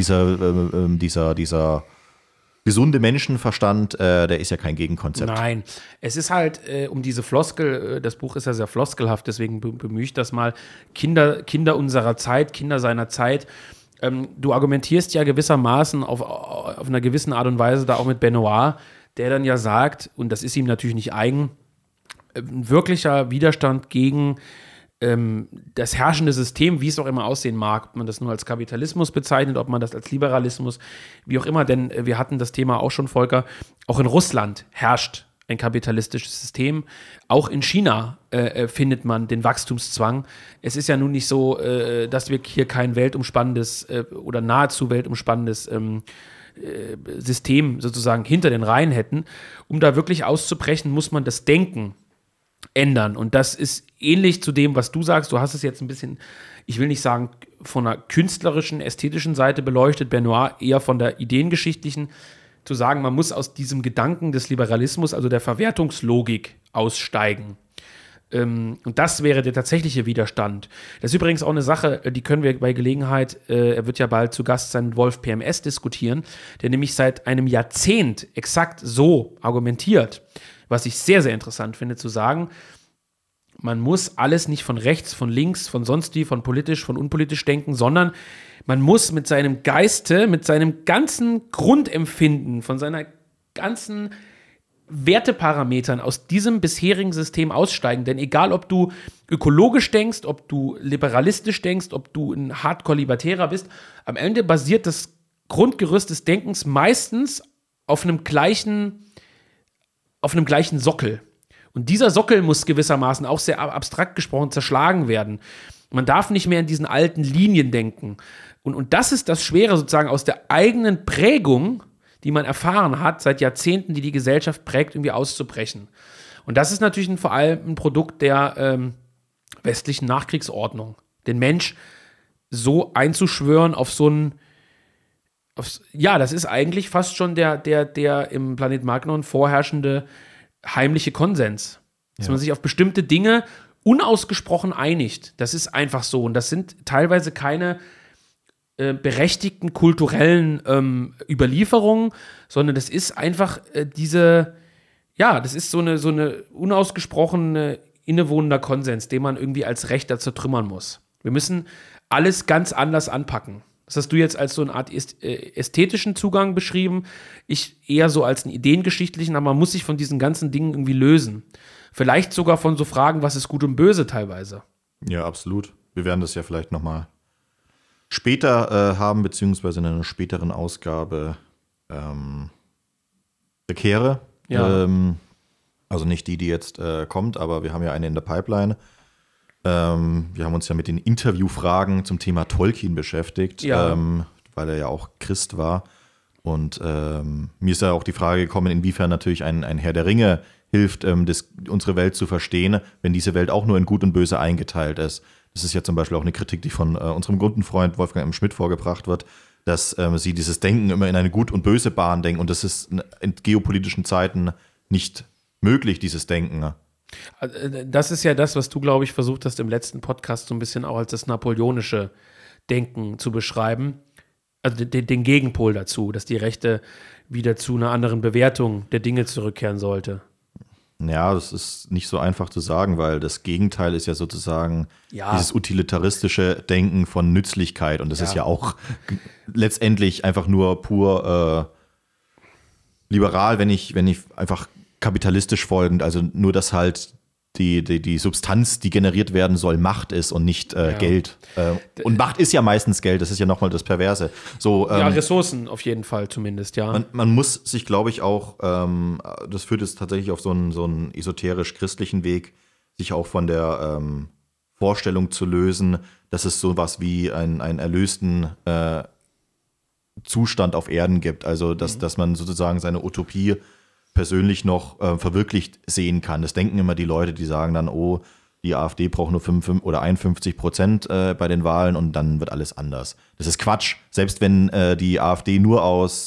Speaker 2: dieser gesunde Menschenverstand, der ist ja kein Gegenkonzept.
Speaker 1: Nein, es ist halt um diese Floskel, das Buch ist ja sehr floskelhaft, deswegen bemühe ich das mal, Kinder unserer Zeit, Kinder seiner Zeit. Du argumentierst ja gewissermaßen auf einer gewissen Art und Weise da auch mit Benoit, der dann ja sagt, und das ist ihm natürlich nicht eigen, ein wirklicher Widerstand gegen das herrschende System, wie es auch immer aussehen mag, ob man das nur als Kapitalismus bezeichnet, ob man das als Liberalismus, wie auch immer, denn wir hatten das Thema auch schon, Volker, auch in Russland herrscht ein kapitalistisches System, auch in China findet man den Wachstumszwang. Es ist ja nun nicht so, dass wir hier kein weltumspannendes oder nahezu weltumspannendes System sozusagen hinter den Reihen hätten. Um da wirklich auszubrechen, muss man das Denken ändern. Und das ist ähnlich zu dem, was du sagst. Du hast es jetzt ein bisschen, ich will nicht sagen, von einer künstlerischen, ästhetischen Seite beleuchtet, Benoit eher von der ideengeschichtlichen, zu sagen, man muss aus diesem Gedanken des Liberalismus, also der Verwertungslogik, aussteigen. Und das wäre der tatsächliche Widerstand. Das ist übrigens auch eine Sache, die können wir bei Gelegenheit, er wird ja bald zu Gast sein, mit Wolf PMS diskutieren, der nämlich seit einem Jahrzehnt exakt so argumentiert, was ich sehr, sehr interessant finde, zu sagen, man muss alles nicht von rechts, von links, von sonst wie, von politisch, von unpolitisch denken, sondern man muss mit seinem Geiste, mit seinem ganzen Grundempfinden, von seiner ganzen Werteparametern aus diesem bisherigen System aussteigen. Denn egal, ob du ökologisch denkst, ob du liberalistisch denkst, ob du ein Hardcore-Libertärer bist, am Ende basiert das Grundgerüst des Denkens meistens auf einem gleichen Sockel. Und dieser Sockel muss gewissermaßen auch sehr abstrakt gesprochen zerschlagen werden. Man darf nicht mehr in diesen alten Linien denken. Und das ist das Schwere sozusagen aus der eigenen Prägung, die man erfahren hat, seit Jahrzehnten, die Gesellschaft prägt, irgendwie auszubrechen. Und das ist natürlich vor allem ein Produkt der westlichen Nachkriegsordnung. Den Mensch so einzuschwören auf so ein, das ist eigentlich fast schon der im Planet Magnon vorherrschende heimliche Konsens. Dass man sich auf bestimmte Dinge unausgesprochen einigt. Das ist einfach so. Und das sind teilweise keine berechtigten kulturellen Überlieferungen, sondern das ist einfach das ist so eine unausgesprochene, innewohnender Konsens, den man irgendwie als Rechter zertrümmern muss. Wir müssen alles ganz anders anpacken. Das hast du jetzt als so eine Art ästhetischen Zugang beschrieben, ich eher so als einen ideengeschichtlichen, aber man muss sich von diesen ganzen Dingen irgendwie lösen. Vielleicht sogar von so Fragen, was ist Gut und Böse teilweise.
Speaker 2: Ja, absolut. Wir werden das ja vielleicht nochmal später haben, beziehungsweise in einer späteren Ausgabe der Kehre.
Speaker 1: Ja.
Speaker 2: Also nicht die jetzt kommt, aber wir haben ja eine in der Pipeline. Wir haben uns ja mit den Interviewfragen zum Thema Tolkien beschäftigt, weil er ja auch Christ war. Und mir ist ja auch die Frage gekommen, inwiefern natürlich ein Herr der Ringe hilft, unsere Welt zu verstehen, wenn diese Welt auch nur in Gut und Böse eingeteilt ist. Das ist ja zum Beispiel auch eine Kritik, die von unserem guten Freund Wolfgang M. Schmidt vorgebracht wird, dass sie dieses Denken immer in eine Gut- und böse Bahn denken. Und das ist in geopolitischen Zeiten nicht möglich, dieses Denken.
Speaker 1: Das ist ja das, was du, glaube ich, versucht hast, im letzten Podcast so ein bisschen auch als das napoleonische Denken zu beschreiben. Also den Gegenpol dazu, dass die Rechte wieder zu einer anderen Bewertung der Dinge zurückkehren sollte.
Speaker 2: Ja, das ist nicht so einfach zu sagen, weil das Gegenteil ist ja sozusagen dieses utilitaristische Denken von Nützlichkeit. Und das ist ja auch letztendlich einfach nur pur liberal, wenn ich einfach kapitalistisch folgend, also nur, dass halt die Substanz, die generiert werden soll, Macht ist und nicht Geld. Und Macht ist ja meistens Geld, das ist ja nochmal das Perverse. So,
Speaker 1: Ressourcen auf jeden Fall zumindest, ja.
Speaker 2: Man muss sich, glaube ich, auch, das führt jetzt tatsächlich auf so einen esoterisch-christlichen Weg, sich auch von der Vorstellung zu lösen, dass es sowas wie einen erlösten Zustand auf Erden gibt. Also, dass man sozusagen seine Utopie persönlich noch verwirklicht sehen kann. Das denken immer die Leute, die sagen dann, oh, die AfD braucht nur 55 oder 51% bei den Wahlen und dann wird alles anders. Das ist Quatsch. Selbst wenn die AfD nur aus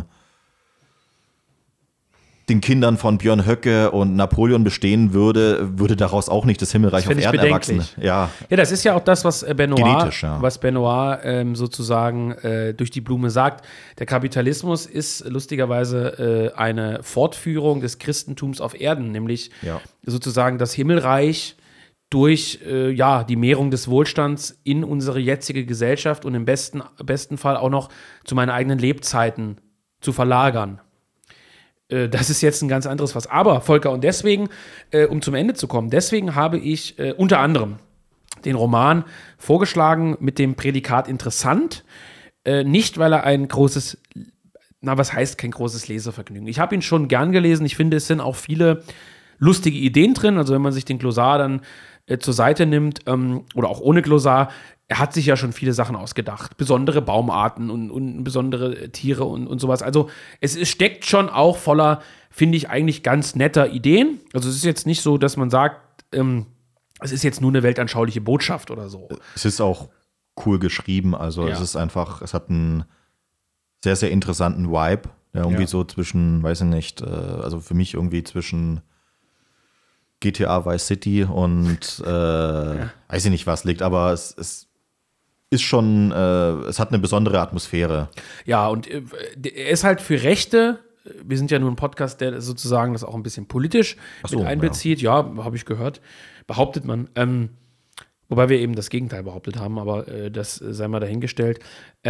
Speaker 2: den Kindern von Björn Höcke und Napoleon bestehen würde daraus auch nicht das Himmelreich auf Erden erwachsen.
Speaker 1: Ja, das ist ja auch das, was Benoit sozusagen durch die Blume sagt. Der Kapitalismus ist lustigerweise eine Fortführung des Christentums auf Erden, nämlich sozusagen das Himmelreich durch die Mehrung des Wohlstands in unsere jetzige Gesellschaft und im besten Fall auch noch zu meinen eigenen Lebzeiten zu verlagern. Das ist jetzt ein ganz anderes Fass. Aber, Volker, und deswegen, um zum Ende zu kommen, deswegen habe ich unter anderem den Roman vorgeschlagen mit dem Prädikat interessant. Nicht, weil er ein großes, was heißt kein großes Lesevergnügen? Ich habe ihn schon gern gelesen. Ich finde, es sind auch viele lustige Ideen drin. Also wenn man sich den Glossar dann zur Seite nimmt oder auch ohne Glossar, er hat sich ja schon viele Sachen ausgedacht. Besondere Baumarten und besondere Tiere und sowas. Also es steckt schon auch voller, finde ich, eigentlich ganz netter Ideen. Also es ist jetzt nicht so, dass man sagt, es ist jetzt nur eine weltanschauliche Botschaft oder so.
Speaker 2: Es ist auch cool geschrieben. Also es ist einfach, es hat einen sehr, sehr interessanten Vibe. Ja, irgendwie so zwischen, weiß ich nicht, also für mich irgendwie zwischen GTA Vice City und weiß ich nicht, was liegt, aber es ist schon, es hat eine besondere Atmosphäre.
Speaker 1: Ja, und er ist halt für Rechte, wir sind ja nur ein Podcast, der sozusagen das auch ein bisschen politisch mit einbezieht. Ja, habe ich gehört, behauptet man. Wobei wir eben das Gegenteil behauptet haben, aber das sei mal dahingestellt.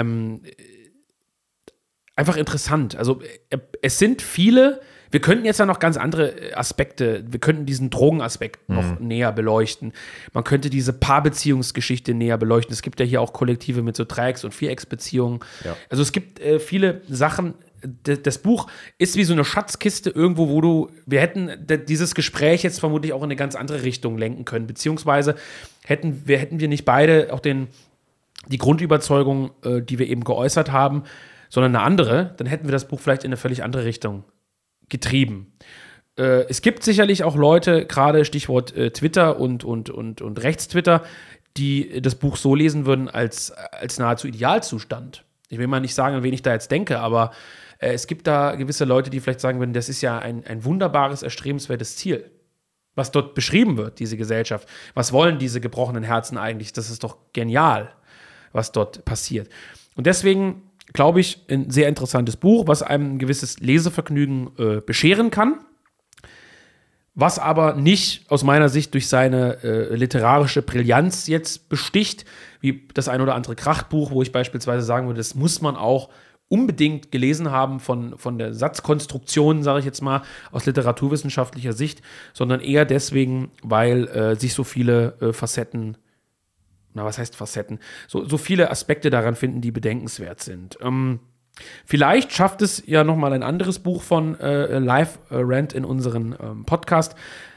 Speaker 1: Einfach interessant. Also es sind viele. Wir könnten jetzt ja noch ganz andere Aspekte, wir könnten diesen Drogenaspekt noch näher beleuchten. Man könnte diese Paarbeziehungsgeschichte näher beleuchten. Es gibt ja hier auch Kollektive mit so Dreiecks- und Vierecksbeziehungen. Ja. Also es gibt viele Sachen. Das Buch ist wie so eine Schatzkiste irgendwo, wir hätten dieses Gespräch jetzt vermutlich auch in eine ganz andere Richtung lenken können. Beziehungsweise hätten wir nicht beide auch die Grundüberzeugung, die wir eben geäußert haben, sondern eine andere, dann hätten wir das Buch vielleicht in eine völlig andere Richtung getrieben. Es gibt sicherlich auch Leute, gerade Stichwort Twitter und Rechtstwitter, die das Buch so lesen würden als nahezu Idealzustand. Ich will mal nicht sagen, an wen ich da jetzt denke, aber es gibt da gewisse Leute, die vielleicht sagen würden, das ist ja ein wunderbares, erstrebenswertes Ziel, was dort beschrieben wird, diese Gesellschaft. Was wollen diese gebrochenen Herzen eigentlich? Das ist doch genial, was dort passiert. Und deswegen glaube ich, ein sehr interessantes Buch, was einem ein gewisses Lesevergnügen bescheren kann, was aber nicht aus meiner Sicht durch seine literarische Brillanz jetzt besticht, wie das ein oder andere Krachtbuch, wo ich beispielsweise sagen würde, das muss man auch unbedingt gelesen haben von der Satzkonstruktion, sage ich jetzt mal, aus literaturwissenschaftlicher Sicht, sondern eher deswegen, weil sich so viele Facetten, was heißt Facetten? So viele Aspekte daran finden, die bedenkenswert sind. Vielleicht schafft es ja nochmal ein anderes Buch von Live Rant in unseren Podcast.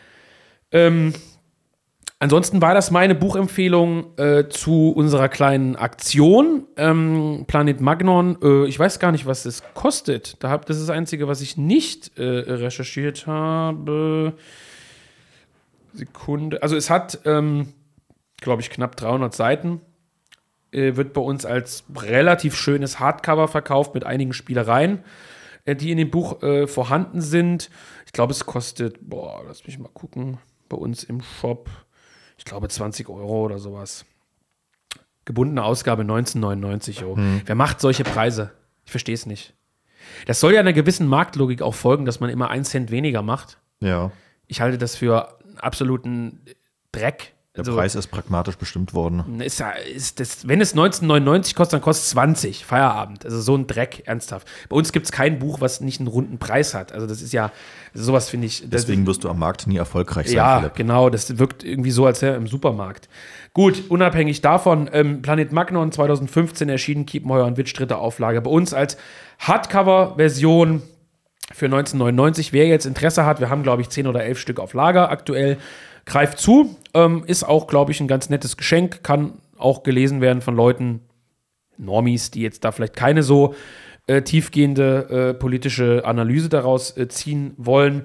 Speaker 1: Ansonsten war das meine Buchempfehlung zu unserer kleinen Aktion. Planet Magnon, ich weiß gar nicht, was es kostet. Das ist das Einzige, was ich nicht recherchiert habe. Sekunde. Also es hat, glaube ich, knapp 300 Seiten. Wird bei uns als relativ schönes Hardcover verkauft mit einigen Spielereien, die in dem Buch vorhanden sind. Ich glaube, es kostet, lass mich mal gucken, bei uns im Shop, ich glaube 20 Euro oder sowas. Gebundene Ausgabe 19,99 Euro. Wer macht solche Preise? Ich verstehe es nicht. Das soll ja einer gewissen Marktlogik auch folgen, dass man immer 1 Cent weniger macht.
Speaker 2: Ja.
Speaker 1: Ich halte das für absoluten Dreck.
Speaker 2: Der Preis ist pragmatisch bestimmt worden.
Speaker 1: Wenn es 19,99 kostet, dann kostet es 20. Feierabend. Also so ein Dreck, ernsthaft. Bei uns gibt es kein Buch, was nicht einen runden Preis hat. Also das ist ja, sowas finde ich.
Speaker 2: Deswegen wirst du am Markt nie erfolgreich sein,
Speaker 1: ja,
Speaker 2: Philipp.
Speaker 1: Genau. Das wirkt irgendwie so, als wäre im Supermarkt. Gut, unabhängig davon, Planet Magnon 2015 erschienen, Kiepenheuer und Witsch, 3. Auflage. Bei uns als Hardcover-Version für 19,99. Wer jetzt Interesse hat, wir haben, glaube ich, 10 oder 11 Stück auf Lager aktuell. Greift zu, ist auch, glaube ich, ein ganz nettes Geschenk, kann auch gelesen werden von Leuten, Normies, die jetzt da vielleicht keine so tiefgehende politische Analyse daraus ziehen wollen.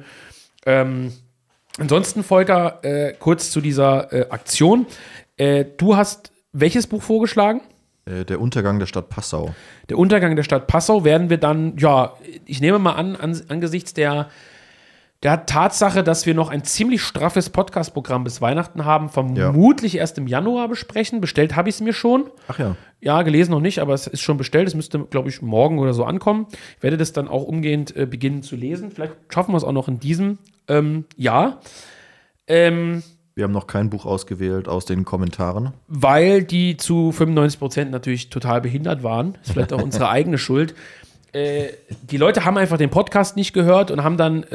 Speaker 1: Ansonsten, Volker, kurz zu dieser Aktion. Du hast welches Buch vorgeschlagen?
Speaker 2: Der Untergang der Stadt Passau.
Speaker 1: Der Untergang der Stadt Passau werden wir dann, ja, ich nehme mal an, angesichts der Tatsache, dass wir noch ein ziemlich straffes Podcast-Programm bis Weihnachten haben, vermutlich erst im Januar besprechen. Bestellt habe ich es mir schon.
Speaker 2: Ach ja.
Speaker 1: Ja, gelesen noch nicht, aber es ist schon bestellt. Es müsste, glaube ich, morgen oder so ankommen. Ich werde das dann auch umgehend beginnen zu lesen. Vielleicht schaffen wir es auch noch in diesem Jahr.
Speaker 2: Wir haben noch kein Buch ausgewählt aus den Kommentaren.
Speaker 1: Weil die zu 95% natürlich total behindert waren. Ist vielleicht auch unsere eigene Schuld. Die Leute haben einfach den Podcast nicht gehört und haben dann,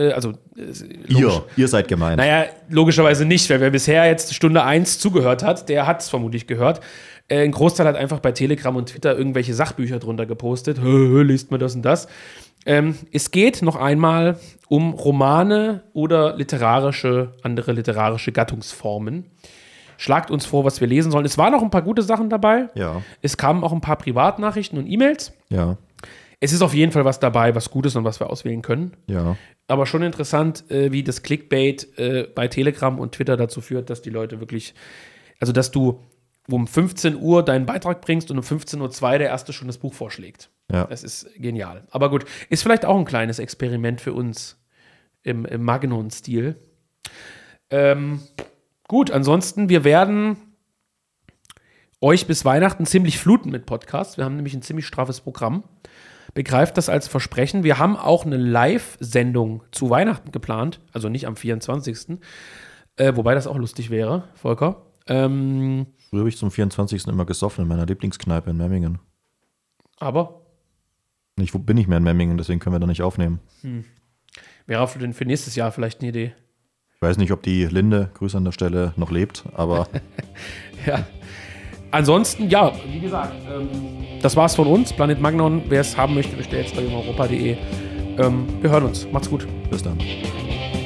Speaker 2: Ihr seid gemeint.
Speaker 1: Naja, logischerweise nicht, weil wer bisher jetzt Stunde 1 zugehört hat, der hat es vermutlich gehört. Ein Großteil hat einfach bei Telegram und Twitter irgendwelche Sachbücher drunter gepostet. Liest man das und das. Es geht noch einmal um Romane oder andere literarische Gattungsformen. Schlagt uns vor, was wir lesen sollen. Es waren noch ein paar gute Sachen dabei.
Speaker 2: Ja.
Speaker 1: Es kamen auch ein paar Privatnachrichten und E-Mails.
Speaker 2: Ja.
Speaker 1: Es ist auf jeden Fall was dabei, was Gutes und was wir auswählen können.
Speaker 2: Ja.
Speaker 1: Aber schon interessant, wie das Clickbait bei Telegram und Twitter dazu führt, dass die Leute wirklich, also dass du um 15 Uhr deinen Beitrag bringst und um 15:02 Uhr der Erste schon das Buch vorschlägt.
Speaker 2: Ja.
Speaker 1: Das ist genial. Aber gut, ist vielleicht auch ein kleines Experiment für uns im Magnon-Stil. Gut, ansonsten, wir werden euch bis Weihnachten ziemlich fluten mit Podcasts. Wir haben nämlich ein ziemlich straffes Programm. Begreift das als Versprechen. Wir haben auch eine Live-Sendung zu Weihnachten geplant, also nicht am 24. Wobei das auch lustig wäre, Volker.
Speaker 2: Früher habe ich zum 24. immer gesoffen in meiner Lieblingskneipe in Memmingen.
Speaker 1: Aber?
Speaker 2: Ich bin nicht mehr in Memmingen, deswegen können wir da nicht aufnehmen.
Speaker 1: Wäre für nächstes Jahr vielleicht eine Idee.
Speaker 2: Ich weiß nicht, ob die Linde, Grüße an der Stelle, noch lebt, aber
Speaker 1: ja. Ansonsten, ja, wie gesagt, das war's von uns. Planet Magnon, wer es haben möchte, bestellt es bei jungeuropa.de. Wir hören uns. Macht's gut.
Speaker 2: Bis dann.